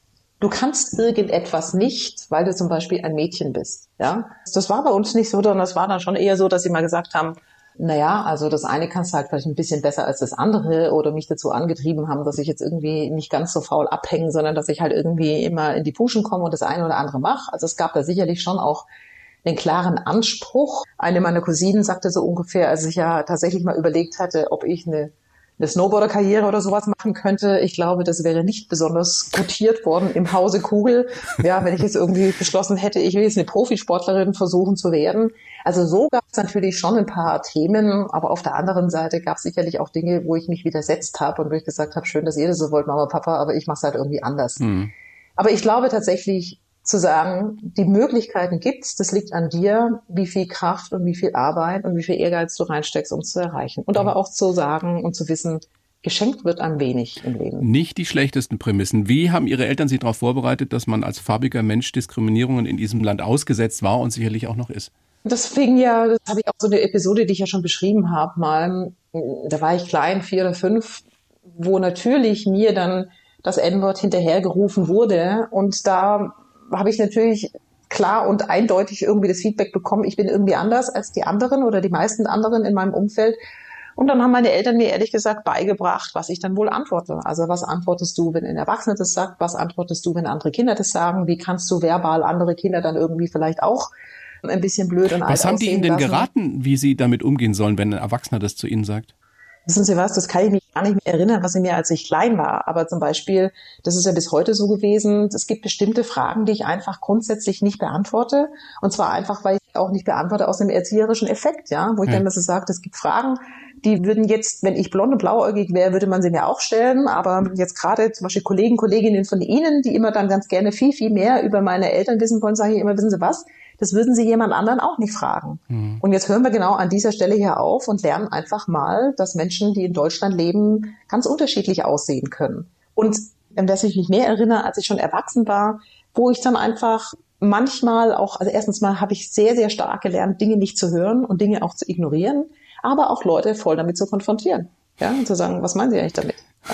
du kannst irgendetwas nicht, weil du zum Beispiel ein Mädchen bist. Ja, das war bei uns nicht so, sondern das war dann schon eher so, dass sie mal gesagt haben, naja, also das eine kannst du halt vielleicht ein bisschen besser als das andere oder mich dazu angetrieben haben, dass ich jetzt irgendwie nicht ganz so faul abhänge, sondern dass ich halt irgendwie immer in die Puschen komme und das eine oder andere mache. Also es gab da sicherlich schon auch einen klaren Anspruch. Eine meiner Cousinen sagte so ungefähr, als ich ja tatsächlich mal überlegt hatte, ob ich eine Snowboarder-Karriere oder sowas machen könnte. Ich glaube, das wäre nicht besonders gutiert worden im Hause Kugel. Ja, wenn ich jetzt irgendwie beschlossen hätte, ich will jetzt eine Profisportlerin versuchen zu werden. Also so gab es natürlich schon ein paar Themen, aber auf der anderen Seite gab es sicherlich auch Dinge, wo ich mich widersetzt habe und wo ich gesagt habe, schön, dass ihr das so wollt, Mama, Papa, aber ich mache es halt irgendwie anders. Aber ich glaube tatsächlich, zu sagen, die Möglichkeiten gibt's, das liegt an dir, wie viel Kraft und wie viel Arbeit und wie viel Ehrgeiz du reinsteckst, um es zu erreichen. Und aber auch zu sagen und zu wissen, geschenkt wird einem wenig im Leben. Nicht die schlechtesten Prämissen. Wie haben Ihre Eltern Sie darauf vorbereitet, dass man als farbiger Mensch Diskriminierungen in diesem Land ausgesetzt war und sicherlich auch noch ist? Das fing ja, das habe ich auch so eine Episode, die ich ja schon beschrieben habe, mal, da war ich klein, 4 oder 5, wo natürlich mir dann das N-Wort hinterhergerufen wurde und da habe ich natürlich klar und eindeutig irgendwie das Feedback bekommen, ich bin irgendwie anders als die anderen oder die meisten anderen in meinem Umfeld. Und dann haben meine Eltern mir ehrlich gesagt beigebracht, was ich dann wohl antworte. Also was antwortest du, wenn ein Erwachsener das sagt? Was antwortest du, wenn andere Kinder das sagen? Wie kannst du verbal andere Kinder dann irgendwie vielleicht auch ein bisschen blöd und alt aussehen lassen? Was haben die Ihnen denn geraten, wie Sie damit umgehen sollen, wenn ein Erwachsener das zu Ihnen sagt? Wissen Sie was, das kann ich mich gar nicht mehr erinnern, was in mir, als ich klein war. Aber zum Beispiel, das ist ja bis heute so gewesen, es gibt bestimmte Fragen, die ich einfach grundsätzlich nicht beantworte. Und zwar einfach, weil ich auch nicht beantworte aus einem erzieherischen Effekt, ja, wo ich dann so sage, es gibt Fragen, die würden jetzt, wenn ich blond und blauäugig wäre, würde man sie mir auch stellen. Aber jetzt gerade zum Beispiel Kolleginnen von Ihnen, die immer dann ganz gerne viel, viel mehr über meine Eltern wissen wollen, sage ich immer, wissen Sie was? Das würden Sie jemand anderen auch nicht fragen. Und jetzt hören wir genau an dieser Stelle hier auf und lernen einfach mal, dass Menschen, die in Deutschland leben, ganz unterschiedlich aussehen können. Und an das ich mich mehr erinnere, als ich schon erwachsen war, wo ich dann einfach manchmal auch, also erstens mal habe ich sehr, sehr stark gelernt, Dinge nicht zu hören und Dinge auch zu ignorieren, aber auch Leute voll damit zu konfrontieren. Ja, und zu sagen, was meinen Sie eigentlich damit? Ja.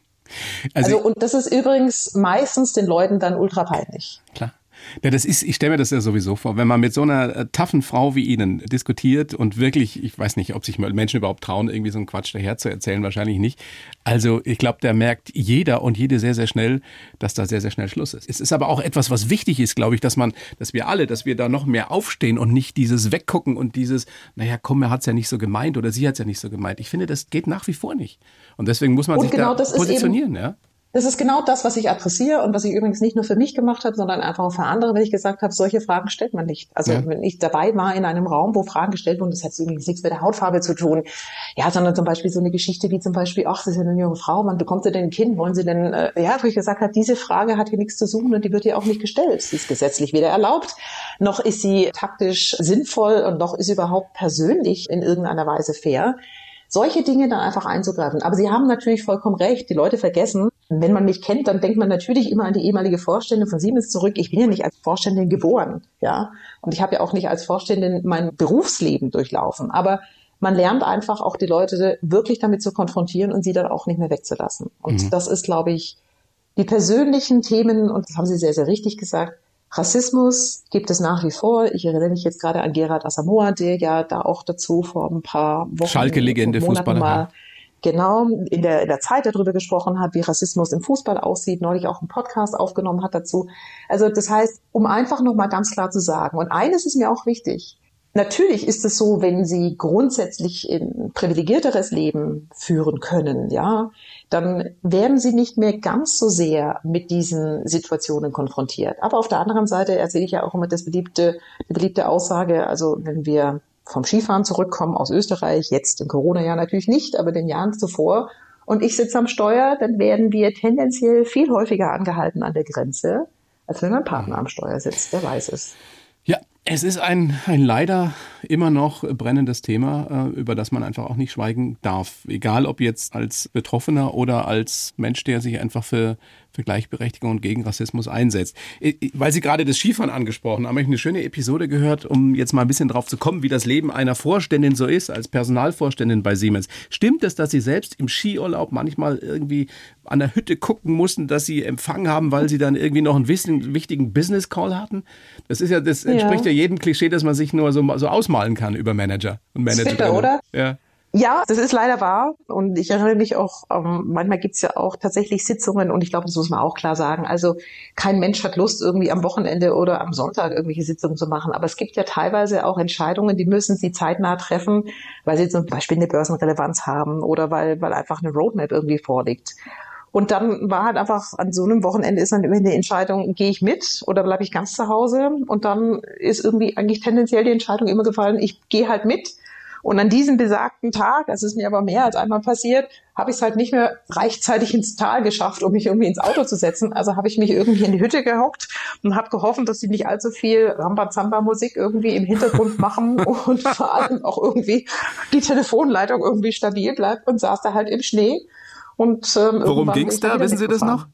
Also und das ist übrigens meistens den Leuten dann ultra peinlich. Klar. Ja, ich stelle mir das ja sowieso vor, wenn man mit so einer taffen Frau wie Ihnen diskutiert und wirklich, ich weiß nicht, ob sich Menschen überhaupt trauen, irgendwie so einen Quatsch daher zu erzählen, wahrscheinlich nicht. Also ich glaube, da merkt jeder und jede sehr, sehr schnell, dass da sehr, sehr schnell Schluss ist. Es ist aber auch etwas, was wichtig ist, glaube ich, dass wir da noch mehr aufstehen und nicht dieses Weggucken und dieses, naja, komm, er hat es ja nicht so gemeint oder sie hat es ja nicht so gemeint. Ich finde, das geht nach wie vor nicht. Und deswegen muss man sich genau da positionieren, ja. Das ist genau das, was ich adressiere und was ich übrigens nicht nur für mich gemacht habe, sondern einfach auch für andere, wenn ich gesagt habe, solche Fragen stellt man nicht. Also wenn ich dabei war in einem Raum, wo Fragen gestellt wurden, das hat übrigens nichts mit der Hautfarbe zu tun, ja, sondern zum Beispiel so eine Geschichte wie zum Beispiel, ach, Sie sind eine junge Frau, wann bekommt Sie denn ein Kind? Wollen Sie denn, wo ich gesagt habe, diese Frage hat hier nichts zu suchen und die wird hier auch nicht gestellt. Sie ist gesetzlich weder erlaubt, noch ist sie taktisch sinnvoll und noch ist sie überhaupt persönlich in irgendeiner Weise fair. Solche Dinge dann einfach einzugreifen. Aber Sie haben natürlich vollkommen recht, die Leute vergessen, wenn man mich kennt, dann denkt man natürlich immer an die ehemalige Vorständin von Siemens zurück. Ich bin ja nicht als Vorständin geboren, ja. Und ich habe ja auch nicht als Vorständin mein Berufsleben durchlaufen. Aber man lernt einfach auch die Leute wirklich damit zu konfrontieren und sie dann auch nicht mehr wegzulassen. Und das ist, glaube ich, die persönlichen Themen, und das haben Sie sehr, sehr richtig gesagt, Rassismus gibt es nach wie vor. Ich erinnere mich jetzt gerade an Gerard Asamoah, der ja da auch dazu vor ein paar Wochen, Schalke-Legende, Fußballer mal genau in der Zeit darüber gesprochen hat, wie Rassismus im Fußball aussieht, neulich auch einen Podcast aufgenommen hat dazu. Also das heißt, um einfach nochmal ganz klar zu sagen, und eines ist mir auch wichtig, natürlich ist es so, wenn Sie grundsätzlich ein privilegierteres Leben führen können, ja, dann werden Sie nicht mehr ganz so sehr mit diesen Situationen konfrontiert. Aber auf der anderen Seite erzähle ich ja auch immer die beliebte Aussage, also wenn wir vom Skifahren zurückkommen aus Österreich, jetzt im Corona-Jahr natürlich nicht, aber den Jahren zuvor, und ich sitze am Steuer, dann werden wir tendenziell viel häufiger angehalten an der Grenze, als wenn mein Partner am Steuer sitzt, der weiß es. Ja, es ist ein leider immer noch brennendes Thema, über das man einfach auch nicht schweigen darf. Egal ob jetzt als Betroffener oder als Mensch, der sich einfach für Gleichberechtigung und gegen Rassismus einsetzt. Weil Sie gerade das Skifahren angesprochen haben, habe ich eine schöne Episode gehört, um jetzt mal ein bisschen drauf zu kommen, wie das Leben einer Vorständin so ist, als Personalvorständin bei Siemens. Stimmt es, dass Sie selbst im Skiurlaub manchmal irgendwie an der Hütte gucken mussten, dass Sie Empfang haben, weil Sie dann irgendwie noch einen wichtigen Business-Call hatten? Das entspricht ja jedem Klischee, das man sich nur so ausmalen kann über Manager und Managerinnen. Bitter, oder? Ja. Ja, das ist leider wahr. Und ich erinnere mich auch, manchmal gibt's ja auch tatsächlich Sitzungen, und ich glaube, das muss man auch klar sagen. Also kein Mensch hat Lust, irgendwie am Wochenende oder am Sonntag irgendwelche Sitzungen zu machen. Aber es gibt ja teilweise auch Entscheidungen, die müssen Sie zeitnah treffen, weil sie zum Beispiel eine Börsenrelevanz haben oder weil einfach eine Roadmap irgendwie vorliegt. Und dann war halt einfach, an so einem Wochenende ist dann immer eine Entscheidung, gehe ich mit oder bleibe ich ganz zu Hause? Und dann ist irgendwie eigentlich tendenziell die Entscheidung immer gefallen, ich gehe halt mit. Und an diesem besagten Tag, das ist mir aber mehr als einmal passiert, habe ich es halt nicht mehr rechtzeitig ins Tal geschafft, um mich irgendwie ins Auto zu setzen. Also habe ich mich irgendwie in die Hütte gehockt und habe gehofft, dass die nicht allzu viel Rambazamba-Musik irgendwie im Hintergrund machen und vor allem auch irgendwie die Telefonleitung irgendwie stabil bleibt, und saß da halt im Schnee. Und worum ging es da? Wissen Sie das noch?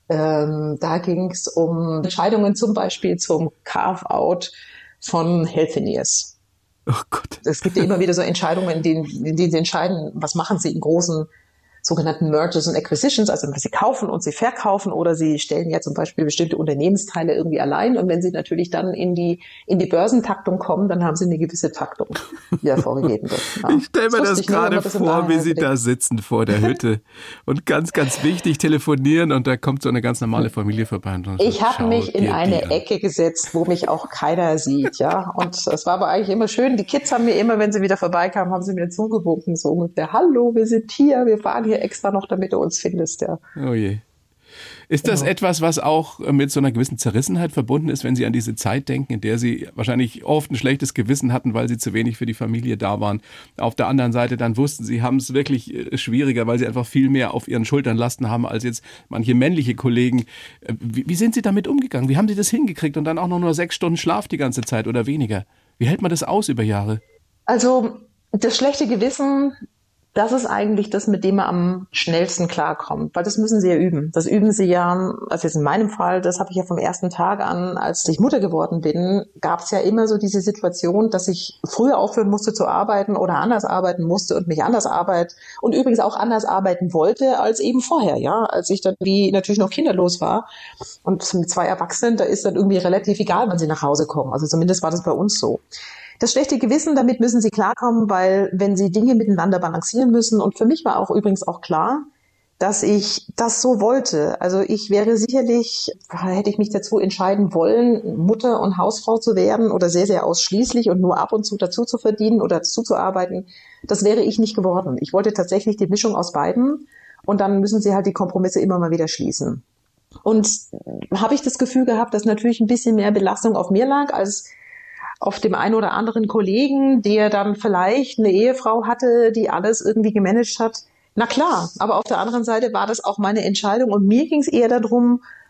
Da ging es um Entscheidungen zum Beispiel zum Carve-out von Healthineers. Oh Gott. Es gibt ja immer wieder so Entscheidungen, in denen sie entscheiden, was machen sie in großen sogenannten Mergers und Acquisitions, also sie kaufen und sie verkaufen, oder sie stellen ja zum Beispiel bestimmte Unternehmensteile irgendwie allein, und wenn sie natürlich dann in die Börsentaktung kommen, dann haben sie eine gewisse Taktung, die da vorgegeben wird. Ja. Ich stelle mir das gerade vor, wie Sie da sitzen vor der Hütte und ganz, ganz wichtig telefonieren, und da kommt so eine ganz normale Familie vorbei. Und ich habe mich in eine Ecke gesetzt, wo mich auch keiner sieht, ja, und es war aber eigentlich immer schön. Die Kids haben mir immer, wenn sie wieder vorbeikamen, haben sie mir zugewunken, so ungefähr: Hallo, wir sind hier, wir fahren hier extra noch, damit du uns findest, ja. Oh je. Ist das etwas, was auch mit so einer gewissen Zerrissenheit verbunden ist, wenn Sie an diese Zeit denken, in der Sie wahrscheinlich oft ein schlechtes Gewissen hatten, weil Sie zu wenig für die Familie da waren? Auf der anderen Seite dann wussten, Sie haben es wirklich schwieriger, weil Sie einfach viel mehr auf Ihren Schultern lasten haben als jetzt manche männliche Kollegen. Wie sind Sie damit umgegangen? Wie haben Sie das hingekriegt und dann auch noch nur 6 Stunden Schlaf die ganze Zeit oder weniger? Wie hält man das aus über Jahre? Also das schlechte Gewissen, das ist eigentlich das, mit dem man am schnellsten klarkommt, weil das müssen Sie ja üben. Das üben Sie ja, also jetzt in meinem Fall, das habe ich ja vom ersten Tag an, als ich Mutter geworden bin, gab es ja immer so diese Situation, dass ich früher aufhören musste zu arbeiten oder anders arbeiten musste und mich anders arbeiten und übrigens auch anders arbeiten wollte als eben vorher, ja, als ich dann wie natürlich noch kinderlos war. Und mit 2 Erwachsenen, da ist dann irgendwie relativ egal, wann sie nach Hause kommen. Also zumindest war das bei uns so. Das schlechte Gewissen, damit müssen Sie klarkommen, weil wenn Sie Dinge miteinander balancieren müssen, und für mich war auch übrigens auch klar, dass ich das so wollte. Also ich wäre sicherlich, hätte ich mich dazu entscheiden wollen, Mutter und Hausfrau zu werden oder sehr, sehr ausschließlich und nur ab und zu dazu zu verdienen oder dazu zu arbeiten, das wäre ich nicht geworden. Ich wollte tatsächlich die Mischung aus beiden, und dann müssen Sie halt die Kompromisse immer mal wieder schließen. Und habe ich das Gefühl gehabt, dass natürlich ein bisschen mehr Belastung auf mir lag als auf dem einen oder anderen Kollegen, der dann vielleicht eine Ehefrau hatte, die alles irgendwie gemanagt hat. Na klar, aber auf der anderen Seite war das auch meine Entscheidung, und mir ging es eher darum,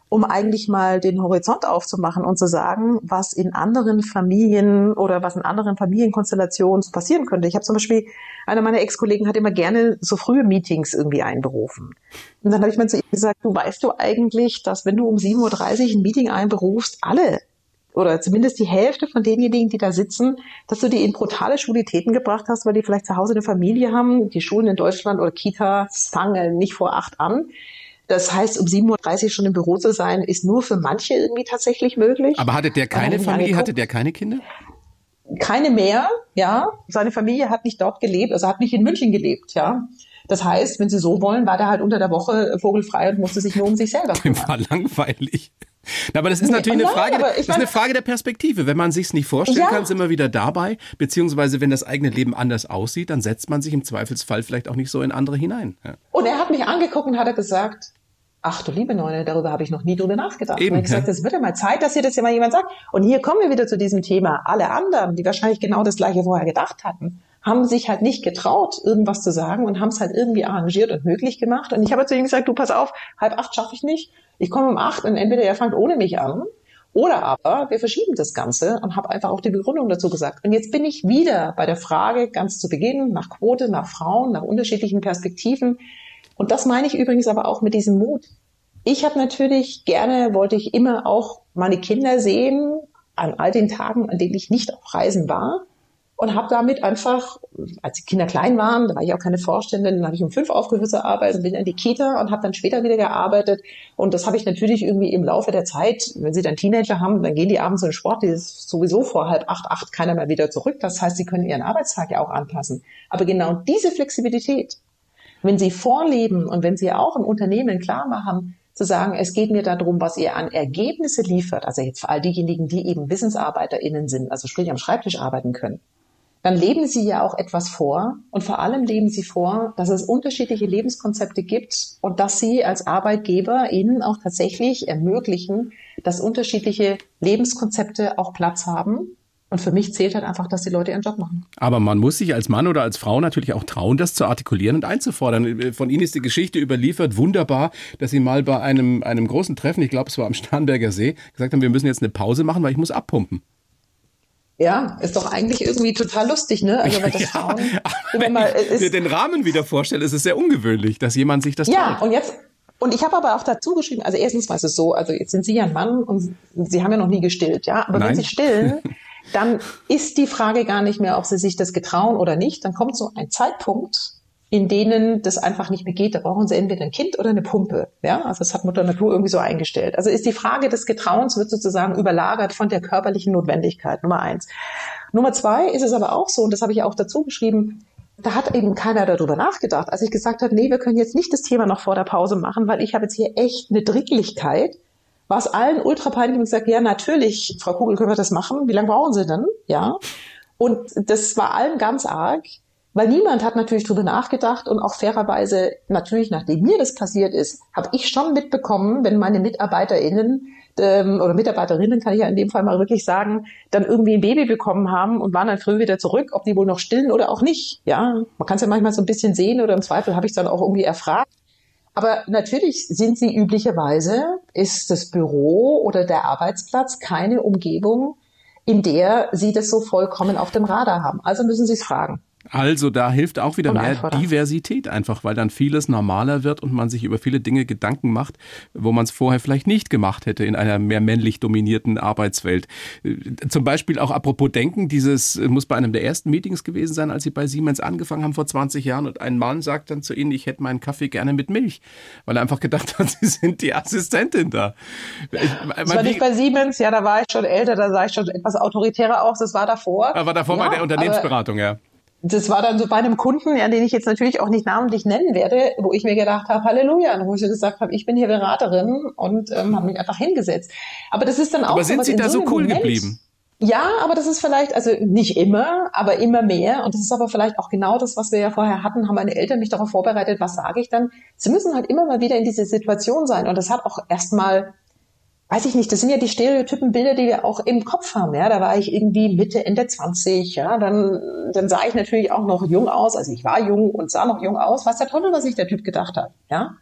um eigentlich mal den Horizont aufzumachen und zu sagen, was in anderen Familien oder was in anderen Familienkonstellationen passieren könnte. Ich habe zum Beispiel, einer meiner Ex-Kollegen hat immer gerne so frühe Meetings irgendwie einberufen. Und dann habe ich mal zu ihm gesagt, weißt du eigentlich, dass wenn du um 7:30 Uhr ein Meeting einberufst, alle oder zumindest die Hälfte von denjenigen, die da sitzen, dass du die in brutale Schulitäten gebracht hast, weil die vielleicht zu Hause eine Familie haben. Die Schulen in Deutschland oder Kitas fangen nicht vor 8 an. Das heißt, um 7:30 Uhr schon im Büro zu sein, ist nur für manche irgendwie tatsächlich möglich. Aber hatte der keine Familie, hatte der keine Kinder? Keine mehr, ja. Seine Familie hat nicht dort gelebt, also hat nicht in München gelebt, ja. Das heißt, wenn Sie so wollen, war der halt unter der Woche vogelfrei und musste sich nur um sich selber kümmern. War langweilig. Aber das ist natürlich eine Frage der Perspektive. Wenn man sich's nicht vorstellen kann, sind wir wieder dabei. Beziehungsweise, wenn das eigene Leben anders aussieht, dann setzt man sich im Zweifelsfall vielleicht auch nicht so in andere hinein. Ja. Und er hat mich angeguckt und hat gesagt, ach du liebe Neune, darüber habe ich noch nie drüber nachgedacht. Eben, und ich gesagt, es wird ja mal Zeit, dass hier das ja mal jemand sagt. Und hier kommen wir wieder zu diesem Thema. Alle anderen, die wahrscheinlich genau das Gleiche vorher gedacht hatten, haben sich halt nicht getraut, irgendwas zu sagen und haben es halt irgendwie arrangiert und möglich gemacht. Und ich habe zu ihm gesagt, du pass auf, 7:30 schaffe ich nicht. Ich komme um 8 und entweder er fängt ohne mich an oder aber wir verschieben das Ganze und habe einfach auch die Begründung dazu gesagt. Und jetzt bin ich wieder bei der Frage ganz zu Beginn nach Quote, nach Frauen, nach unterschiedlichen Perspektiven. Und das meine ich übrigens aber auch mit diesem Mut. Ich habe natürlich wollte ich immer auch meine Kinder sehen an all den Tagen, an denen ich nicht auf Reisen war. Und habe damit einfach, als die Kinder klein waren, da war ich auch keine Vorständin, dann habe ich um 5 aufgehört zu arbeiten, bin in die Kita und habe dann später wieder gearbeitet. Und das habe ich natürlich irgendwie im Laufe der Zeit, wenn sie dann Teenager haben, dann gehen die abends in den Sport, die ist sowieso vor 7:30, 8 keiner mehr wieder zurück. Das heißt, sie können ihren Arbeitstag ja auch anpassen. Aber genau diese Flexibilität, wenn sie vorleben und wenn sie auch im Unternehmen klar machen, zu sagen, es geht mir darum, was ihr an Ergebnisse liefert, also jetzt für all diejenigen, die eben WissensarbeiterInnen sind, also sprich am Schreibtisch arbeiten können, dann leben sie ja auch etwas vor und vor allem leben sie vor, dass es unterschiedliche Lebenskonzepte gibt und dass sie als Arbeitgeber ihnen auch tatsächlich ermöglichen, dass unterschiedliche Lebenskonzepte auch Platz haben. Und für mich zählt halt einfach, dass die Leute ihren Job machen. Aber man muss sich als Mann oder als Frau natürlich auch trauen, das zu artikulieren und einzufordern. Von Ihnen ist die Geschichte überliefert, wunderbar, dass Sie mal bei einem großen Treffen, ich glaube es war am Starnberger See, gesagt haben, wir müssen jetzt eine Pause machen, weil ich muss abpumpen. Ja, ist doch eigentlich irgendwie total lustig, ne? Also wenn das Frauen wenn ich den Rahmen wieder vorstelle, ist es sehr ungewöhnlich, dass jemand sich das traut. Ja, und ich habe aber auch dazu geschrieben, also erstens mal ist es so, also jetzt sind Sie ja ein Mann und Sie haben ja noch nie gestillt, ja? Aber Nein. Wenn Sie stillen, dann ist die Frage gar nicht mehr, ob Sie sich das getrauen oder nicht. Dann kommt so ein Zeitpunkt, in denen das einfach nicht mehr geht. Da brauchen Sie entweder ein Kind oder eine Pumpe. Ja, also das hat Mutter Natur irgendwie so eingestellt. Also ist die Frage des Getrauens wird sozusagen überlagert von der körperlichen Notwendigkeit, Nummer 1. Nummer 2 ist es aber auch so, und das habe ich auch dazu geschrieben, da hat eben keiner darüber nachgedacht. Als ich gesagt habe, nee, wir können jetzt nicht das Thema noch vor der Pause machen, weil ich habe jetzt hier echt eine Dringlichkeit, war es allen ultra peinlich und gesagt, ja, natürlich, Frau Kugel, können wir das machen? Wie lange brauchen Sie denn? Ja. Und das war allen ganz arg, weil niemand hat natürlich drüber nachgedacht und auch fairerweise, natürlich, nachdem mir das passiert ist, habe ich schon mitbekommen, wenn meine MitarbeiterInnen oder Mitarbeiterinnen, kann ich ja in dem Fall mal wirklich sagen, dann irgendwie ein Baby bekommen haben und waren dann früh wieder zurück, ob die wohl noch stillen oder auch nicht. Ja, man kann es ja manchmal so ein bisschen sehen oder im Zweifel habe ich es dann auch irgendwie erfragt. Aber natürlich sind sie üblicherweise, ist das Büro oder der Arbeitsplatz keine Umgebung, in der sie das so vollkommen auf dem Radar haben. Also müssen sie es fragen. Also da hilft auch wieder Und mehr einfacher. Diversität einfach, weil dann vieles normaler wird und man sich über viele Dinge Gedanken macht, wo man es vorher vielleicht nicht gemacht hätte in einer mehr männlich dominierten Arbeitswelt. Zum Beispiel auch apropos Denken, dieses muss bei einem der ersten Meetings gewesen sein, als Sie bei Siemens angefangen haben vor 20 Jahren und ein Mann sagt dann zu Ihnen, ich hätte meinen Kaffee gerne mit Milch, weil er einfach gedacht hat, Sie sind die Assistentin da. Das war nicht bei Siemens, ja, da war ich schon älter, da sah ich schon etwas autoritärer aus, das war davor. Aber davor bei der Unternehmensberatung, ja. Das war dann so bei einem Kunden, ja, den ich jetzt natürlich auch nicht namentlich nennen werde, wo ich mir gedacht habe, Halleluja, und wo ich so gesagt habe, ich bin hier Beraterin und habe mich einfach hingesetzt. Aber das ist dann auch. Aber sind Sie da so cool geblieben? Ja, aber das ist vielleicht, also nicht immer, aber immer mehr. Und das ist aber vielleicht auch genau das, was wir ja vorher hatten, haben meine Eltern mich darauf vorbereitet, was sage ich dann? Sie müssen halt immer mal wieder in diese Situation sein. Und das hat auch erstmal, weiß ich nicht, das sind ja die Stereotypenbilder, die wir auch im Kopf haben, ja. Da war ich irgendwie Mitte, Ende 20, ja. Dann sah ich natürlich auch noch jung aus. Also ich war jung und sah noch jung aus. Was der Tolle, was sich der Typ gedacht hat, ja.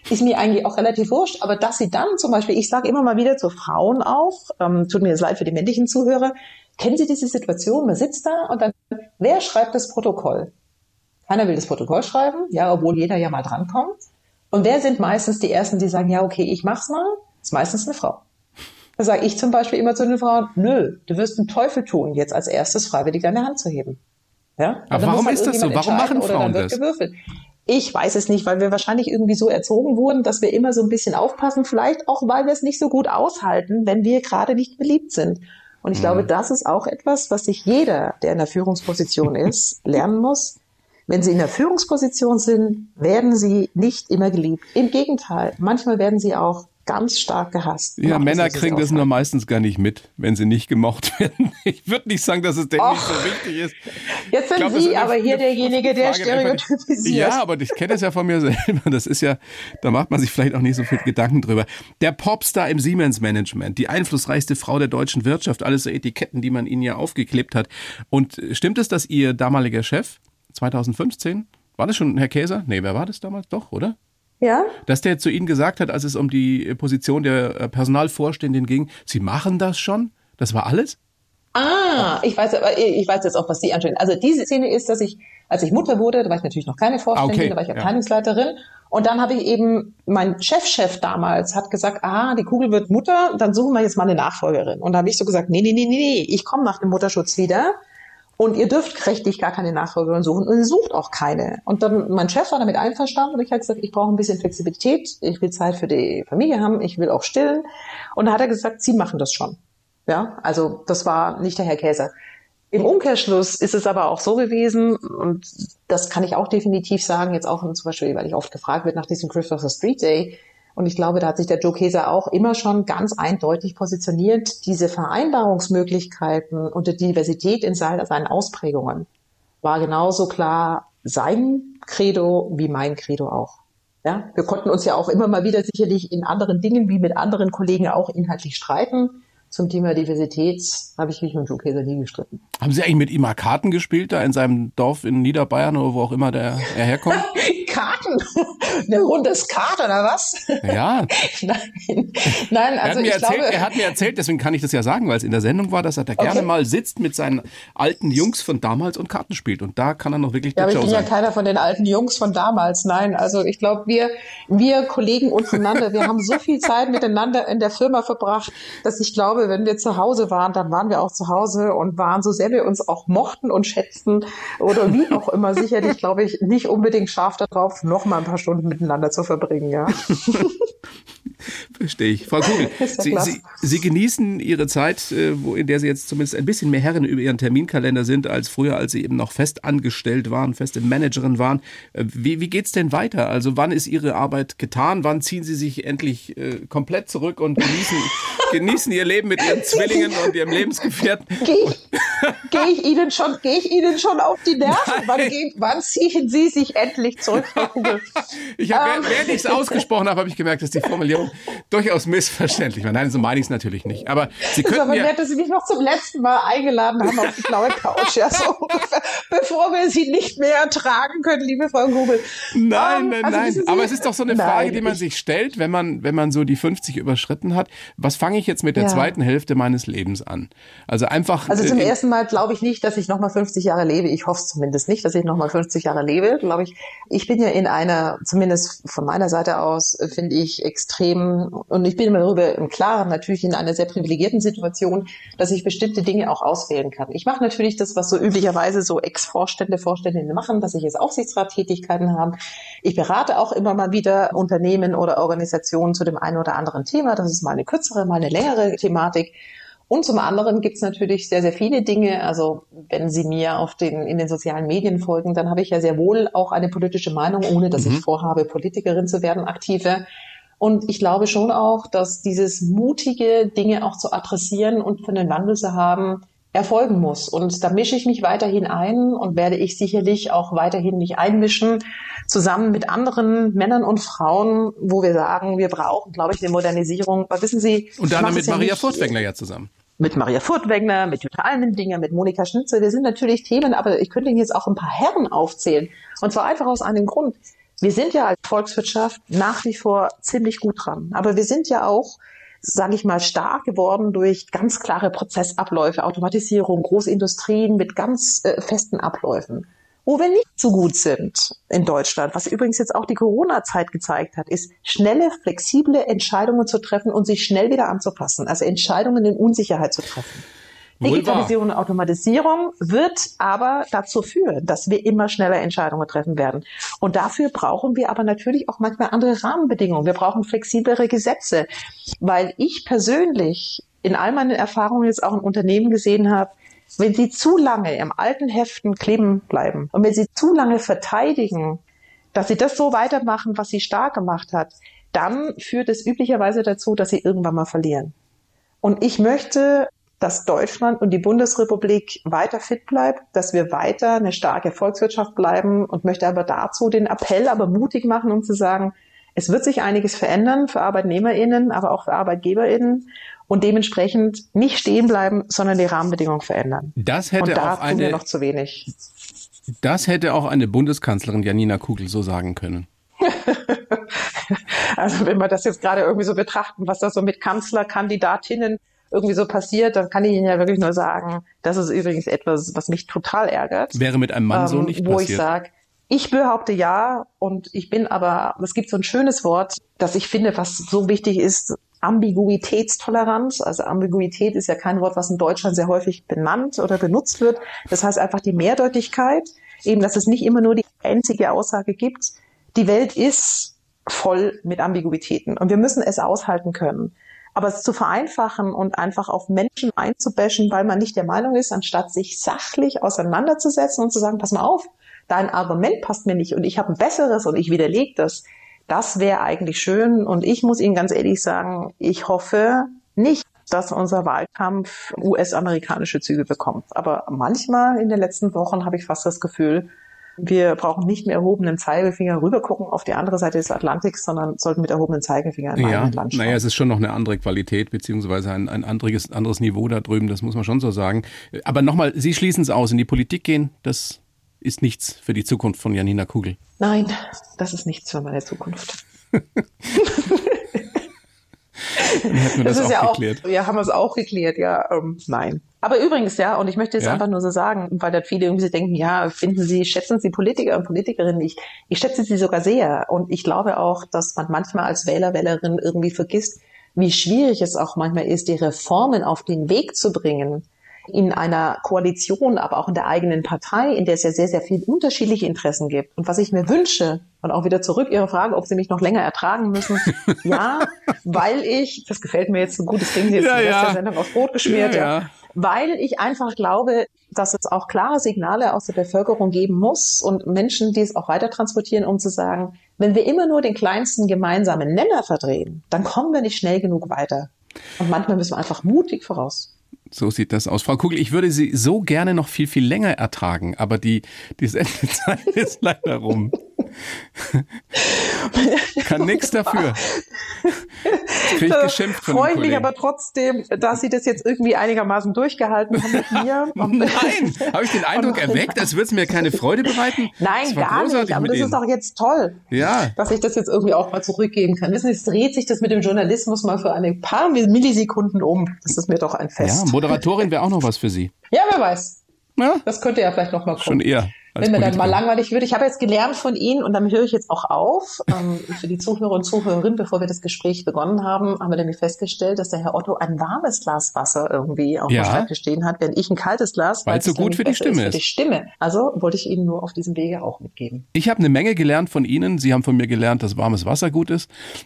ist mir eigentlich auch relativ wurscht, aber dass sie dann zum Beispiel, ich sage immer mal wieder zu Frauen auch, tut mir jetzt leid für die männlichen Zuhörer, kennen Sie diese Situation, man sitzt da und dann, wer schreibt das Protokoll? Keiner will das Protokoll schreiben, ja, obwohl jeder ja mal drankommt. Und wer sind meistens die Ersten, die sagen, ja, okay, ich mach's mal? Das ist meistens eine Frau. Da sage ich zum Beispiel immer zu den Frauen, nö, du wirst den Teufel tun, jetzt als erstes freiwillig deine Hand zu heben. Ja? Aber warum ist das so? Warum machen Frauen das? Gewürfelt. Ich weiß es nicht, weil wir wahrscheinlich irgendwie so erzogen wurden, dass wir immer so ein bisschen aufpassen, vielleicht auch, weil wir es nicht so gut aushalten, wenn wir gerade nicht beliebt sind. Und ich glaube, das ist auch etwas, was sich jeder, der in der Führungsposition ist, lernen muss. Wenn Sie in der Führungsposition sind, werden Sie nicht immer geliebt. Im Gegenteil, manchmal werden Sie auch ganz stark gehasst. Ja, Männer kriegen das nur meistens gar nicht mit, wenn sie nicht gemocht werden. Ich würde nicht sagen, dass es denen nicht so wichtig ist. Jetzt sind Sie aber hier derjenige, der stereotypisiert. Ja, aber ich kenne es ja von mir selber. Das ist ja, da macht man sich vielleicht auch nicht so viel Gedanken drüber. Der Popstar im Siemens-Management, die einflussreichste Frau der deutschen Wirtschaft, alles so Etiketten, die man ihnen ja aufgeklebt hat. Und stimmt es, dass Ihr damaliger Chef 2015, war das schon Herr Käser? Nee, wer war das damals? Doch, oder? Ja. Dass der zu Ihnen gesagt hat, als es um die Position der Personalvorständin ging, Sie machen das schon? Das war alles? Ich weiß jetzt auch, was Sie anschauen. Also diese Szene ist, dass ich, als ich Mutter wurde, da war ich natürlich noch keine Vorständin, da war ich Abteilungsleiterin. Und dann habe ich eben, mein Chef damals hat gesagt, die Kugel wird Mutter, dann suchen wir jetzt mal eine Nachfolgerin. Und da habe ich so gesagt, nee, ich komme nach dem Mutterschutz wieder. Und ihr dürft rechtlich gar keine Nachfolgerin suchen und ihr sucht auch keine. Und dann, mein Chef war damit einverstanden und ich habe gesagt, ich brauche ein bisschen Flexibilität, ich will Zeit für die Familie haben, ich will auch stillen. Und da hat er gesagt, Sie machen das schon. Ja, also das war nicht der Herr Käser. Im Umkehrschluss ist es aber auch so gewesen, und das kann ich auch definitiv sagen, jetzt auch zum Beispiel, weil ich oft gefragt wird nach diesem Christopher Street Day. Und ich glaube, da hat sich der Joe Käser auch immer schon ganz eindeutig positioniert. Diese Vereinbarungsmöglichkeiten und die Diversität in seinen Ausprägungen war genauso klar sein Credo wie mein Credo auch. Ja, wir konnten uns ja auch immer mal wieder sicherlich in anderen Dingen wie mit anderen Kollegen auch inhaltlich streiten. Zum Thema Diversität habe ich mich mit Joe Käser nie gestritten. Haben Sie eigentlich mit ihm mal Karten gespielt, da in seinem Dorf in Niederbayern oder wo auch immer er herkommt? Karten? Eine rundes Karte oder was? Ja. Nein, also er hat mir erzählt, deswegen kann ich das ja sagen, weil es in der Sendung war, dass er da gerne mal sitzt mit seinen alten Jungs von damals und Karten spielt. Und da kann er noch wirklich aber ich bin ja keiner von den alten Jungs von damals. Nein, also ich glaube, wir Kollegen untereinander, wir haben so viel Zeit miteinander in der Firma verbracht, dass ich glaube, wenn wir zu Hause waren, dann waren wir auch zu Hause und waren, so sehr wir uns auch mochten und schätzten oder wie auch immer, sicherlich, glaube ich, nicht unbedingt scharf darauf, noch mal ein paar Stunden miteinander zu verbringen, ja. Verstehe ich. Frau Kugel, Sie genießen Ihre Zeit, in der Sie jetzt zumindest ein bisschen mehr Herrin über Ihren Terminkalender sind, als früher, als Sie eben noch fest angestellt waren, feste Managerin waren. Wie geht's denn weiter? Also wann ist Ihre Arbeit getan? Wann ziehen Sie sich endlich komplett zurück und genießen Ihr Leben mit Ihren Zwillingen und Ihrem Lebensgefährten? Gehe ich Ihnen schon auf die Nerven? Wann ziehen Sie sich endlich zurück, Frau Kugel? Während ich es ausgesprochen habe, ich gemerkt, dass die Formulierung durchaus missverständlich war. Nein, so meine ich es natürlich nicht. Aber Sie könnten aber nett, dass Sie mich noch zum letzten Mal eingeladen haben auf die blaue Couch, ja, so ungefähr, bevor wir Sie nicht mehr ertragen können, liebe Frau Kugel. Nein. Aber es ist doch so eine Frage, die man sich stellt, wenn man so die 50 überschritten hat. Was fange ich jetzt mit der zweiten Hälfte meines Lebens an? Also zum ersten Mal glaube ich nicht, dass ich nochmal 50 Jahre lebe. Ich hoffe es zumindest nicht, dass ich nochmal 50 Jahre lebe, glaube ich. Ich bin ja in einer, zumindest von meiner Seite aus, finde ich extrem, und ich bin immer darüber im Klaren, natürlich in einer sehr privilegierten Situation, dass ich bestimmte Dinge auch auswählen kann. Ich mache natürlich das, was so üblicherweise so Vorständinnen machen, dass ich jetzt Aufsichtsrattätigkeiten habe. Ich berate auch immer mal wieder Unternehmen oder Organisationen zu dem einen oder anderen Thema. Das ist mal eine kürzere, mal eine längere Thematik. Und zum anderen gibt es natürlich sehr, sehr viele Dinge. Also wenn Sie mir in den sozialen Medien folgen, dann habe ich ja sehr wohl auch eine politische Meinung, ohne dass ich vorhabe, Politikerin zu werden, aktive. Und ich glaube schon auch, dass dieses mutige Dinge auch zu adressieren und für den Wandel zu haben, erfolgen muss. Und da mische ich mich weiterhin ein und werde ich sicherlich auch weiterhin mich einmischen, zusammen mit anderen Männern und Frauen, wo wir sagen, wir brauchen, glaube ich, eine Modernisierung. Aber wissen Sie, und dann mit Maria Furtwängler ja zusammen. Mit Maria Furtwängler, mit Jutta Almendinger, mit Monika Schnitzel. Wir sind natürlich Themen, aber ich könnte Ihnen jetzt auch ein paar Herren aufzählen. Und zwar einfach aus einem Grund. Wir sind ja als Volkswirtschaft nach wie vor ziemlich gut dran. Aber wir sind ja auch, sage ich mal, stark geworden durch ganz klare Prozessabläufe, Automatisierung, Großindustrien mit ganz festen Abläufen. Wo wir nicht so gut sind in Deutschland, was übrigens jetzt auch die Corona-Zeit gezeigt hat, ist schnelle, flexible Entscheidungen zu treffen und sich schnell wieder anzupassen. Also Entscheidungen in Unsicherheit zu treffen. Digitalisierung und Automatisierung wird aber dazu führen, dass wir immer schneller Entscheidungen treffen werden. Und dafür brauchen wir aber natürlich auch manchmal andere Rahmenbedingungen. Wir brauchen flexiblere Gesetze, weil ich persönlich in all meinen Erfahrungen jetzt auch in Unternehmen gesehen habe, wenn sie zu lange im alten Heften kleben bleiben und wenn sie zu lange verteidigen, dass sie das so weitermachen, was sie stark gemacht hat, dann führt es üblicherweise dazu, dass sie irgendwann mal verlieren. Und ich möchte, dass Deutschland und die Bundesrepublik weiter fit bleibt, dass wir weiter eine starke Volkswirtschaft bleiben und möchte aber dazu den Appell aber mutig machen, um zu sagen, es wird sich einiges verändern für ArbeitnehmerInnen, aber auch für ArbeitgeberInnen und dementsprechend nicht stehen bleiben, sondern die Rahmenbedingungen verändern. Das hätte und da auch tun wir noch zu wenig. Das hätte auch eine Bundeskanzlerin Janina Kugel so sagen können. Also wenn wir das jetzt gerade irgendwie so betrachten, was da so mit Kanzlerkandidatinnen irgendwie so passiert, dann kann ich Ihnen ja wirklich nur sagen, das ist übrigens etwas, was mich total ärgert. Wäre mit einem Mann so nicht wo passiert. Ich sage, ich behaupte ja und ich bin aber, es gibt so ein schönes Wort, das ich finde, was so wichtig ist, Ambiguitätstoleranz. Also Ambiguität ist ja kein Wort, was in Deutschland sehr häufig benannt oder benutzt wird. Das heißt einfach die Mehrdeutigkeit, eben, dass es nicht immer nur die einzige Aussage gibt. Die Welt ist voll mit Ambiguitäten und wir müssen es aushalten können. Aber es zu vereinfachen und einfach auf Menschen einzubashen, weil man nicht der Meinung ist, anstatt sich sachlich auseinanderzusetzen und zu sagen, pass mal auf, dein Argument passt mir nicht und ich habe ein besseres und ich widerlege das. Das wäre eigentlich schön. Und ich muss Ihnen ganz ehrlich sagen, ich hoffe nicht, dass unser Wahlkampf US-amerikanische Züge bekommt. Aber manchmal in den letzten Wochen habe ich fast das Gefühl, wir brauchen nicht mehr erhobenen Zeigefinger rübergucken auf die andere Seite des Atlantiks, sondern sollten mit erhobenen Zeigefinger in ein Land schauen. Naja, es ist schon noch eine andere Qualität, beziehungsweise ein anderes Niveau da drüben, das muss man schon so sagen. Aber nochmal, Sie schließen es aus, in die Politik gehen, das ist nichts für die Zukunft von Janina Kugel. Nein, das ist nichts für meine Zukunft. Dann hätten wir das auch ja geklärt. Ja, haben wir es auch geklärt, ja. Nein. Aber übrigens, ja, und ich möchte jetzt einfach nur so sagen, weil da viele irgendwie denken, ja, schätzen Sie Politiker und Politikerinnen nicht. Ich schätze sie sogar sehr. Und ich glaube auch, dass man manchmal als Wähler, Wählerin irgendwie vergisst, wie schwierig es auch manchmal ist, die Reformen auf den Weg zu bringen. In einer Koalition, aber auch in der eigenen Partei, in der es ja sehr, sehr viele unterschiedliche Interessen gibt. Und was ich mir wünsche, und auch wieder zurück Ihre Frage, ob Sie mich noch länger ertragen müssen, ja, weil das gefällt mir jetzt so gut, das kriegen Sie jetzt in der Sendung aufs Brot geschmiert, weil ich einfach glaube, dass es auch klare Signale aus der Bevölkerung geben muss und Menschen, die es auch weiter transportieren, um zu sagen, wenn wir immer nur den kleinsten gemeinsamen Nenner verdrehen, dann kommen wir nicht schnell genug weiter. Und manchmal müssen wir einfach mutig voraus. So sieht das aus. Frau Kugel, ich würde Sie so gerne noch viel, viel länger ertragen, aber die Sendezeit ist leider rum. Kann nichts dafür. Jetzt kriege ich geschimpft von den Kollegen. Freue mich aber trotzdem, dass Sie das jetzt irgendwie einigermaßen durchgehalten haben mit mir. Nein, habe ich den Eindruck erweckt, als würde es mir keine Freude bereiten? Nein, gar nicht, aber das ist doch jetzt toll, dass ich das jetzt irgendwie auch mal zurückgeben kann. Wissen Sie, jetzt dreht sich das mit dem Journalismus mal für ein paar Millisekunden um. Das ist mir doch ein Fest. Ja, Moderatorin wäre auch noch was für Sie. Ja, wer weiß. Ja? Das könnte ja vielleicht noch mal kommen. Schon eher. Wenn mir dann mal langweilig wird. Ich habe jetzt gelernt von Ihnen und damit höre ich jetzt auch auf. Für die Zuhörer und Zuhörerinnen, bevor wir das Gespräch begonnen haben, haben wir nämlich festgestellt, dass der Herr Otto ein warmes Glas Wasser irgendwie auf dem Schreibtisch stehen hat, während ich ein kaltes Glas, weil es so gut für die Stimme ist. Für die Stimme. Also wollte ich Ihnen nur auf diesem Wege auch mitgeben. Ich habe eine Menge gelernt von Ihnen. Sie haben von mir gelernt, dass warmes Wasser gut ist.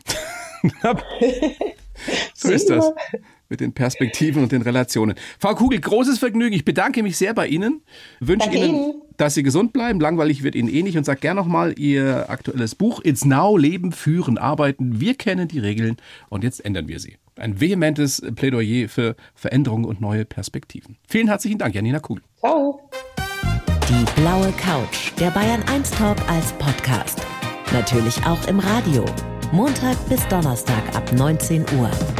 So ist das. Mit den Perspektiven und den Relationen. Frau Kugel, großes Vergnügen. Ich bedanke mich sehr bei Ihnen. Wünsche Ihnen, dass Sie gesund bleiben. Langweilig wird Ihnen eh nicht. Und sage gerne nochmal Ihr aktuelles Buch It's Now, Leben, Führen, Arbeiten. Wir kennen die Regeln und jetzt ändern wir sie. Ein vehementes Plädoyer für Veränderungen und neue Perspektiven. Vielen herzlichen Dank, Janina Kugel. Ciao. Die blaue Couch, der Bayern 1 Talk als Podcast. Natürlich auch im Radio. Montag bis Donnerstag ab 19 Uhr.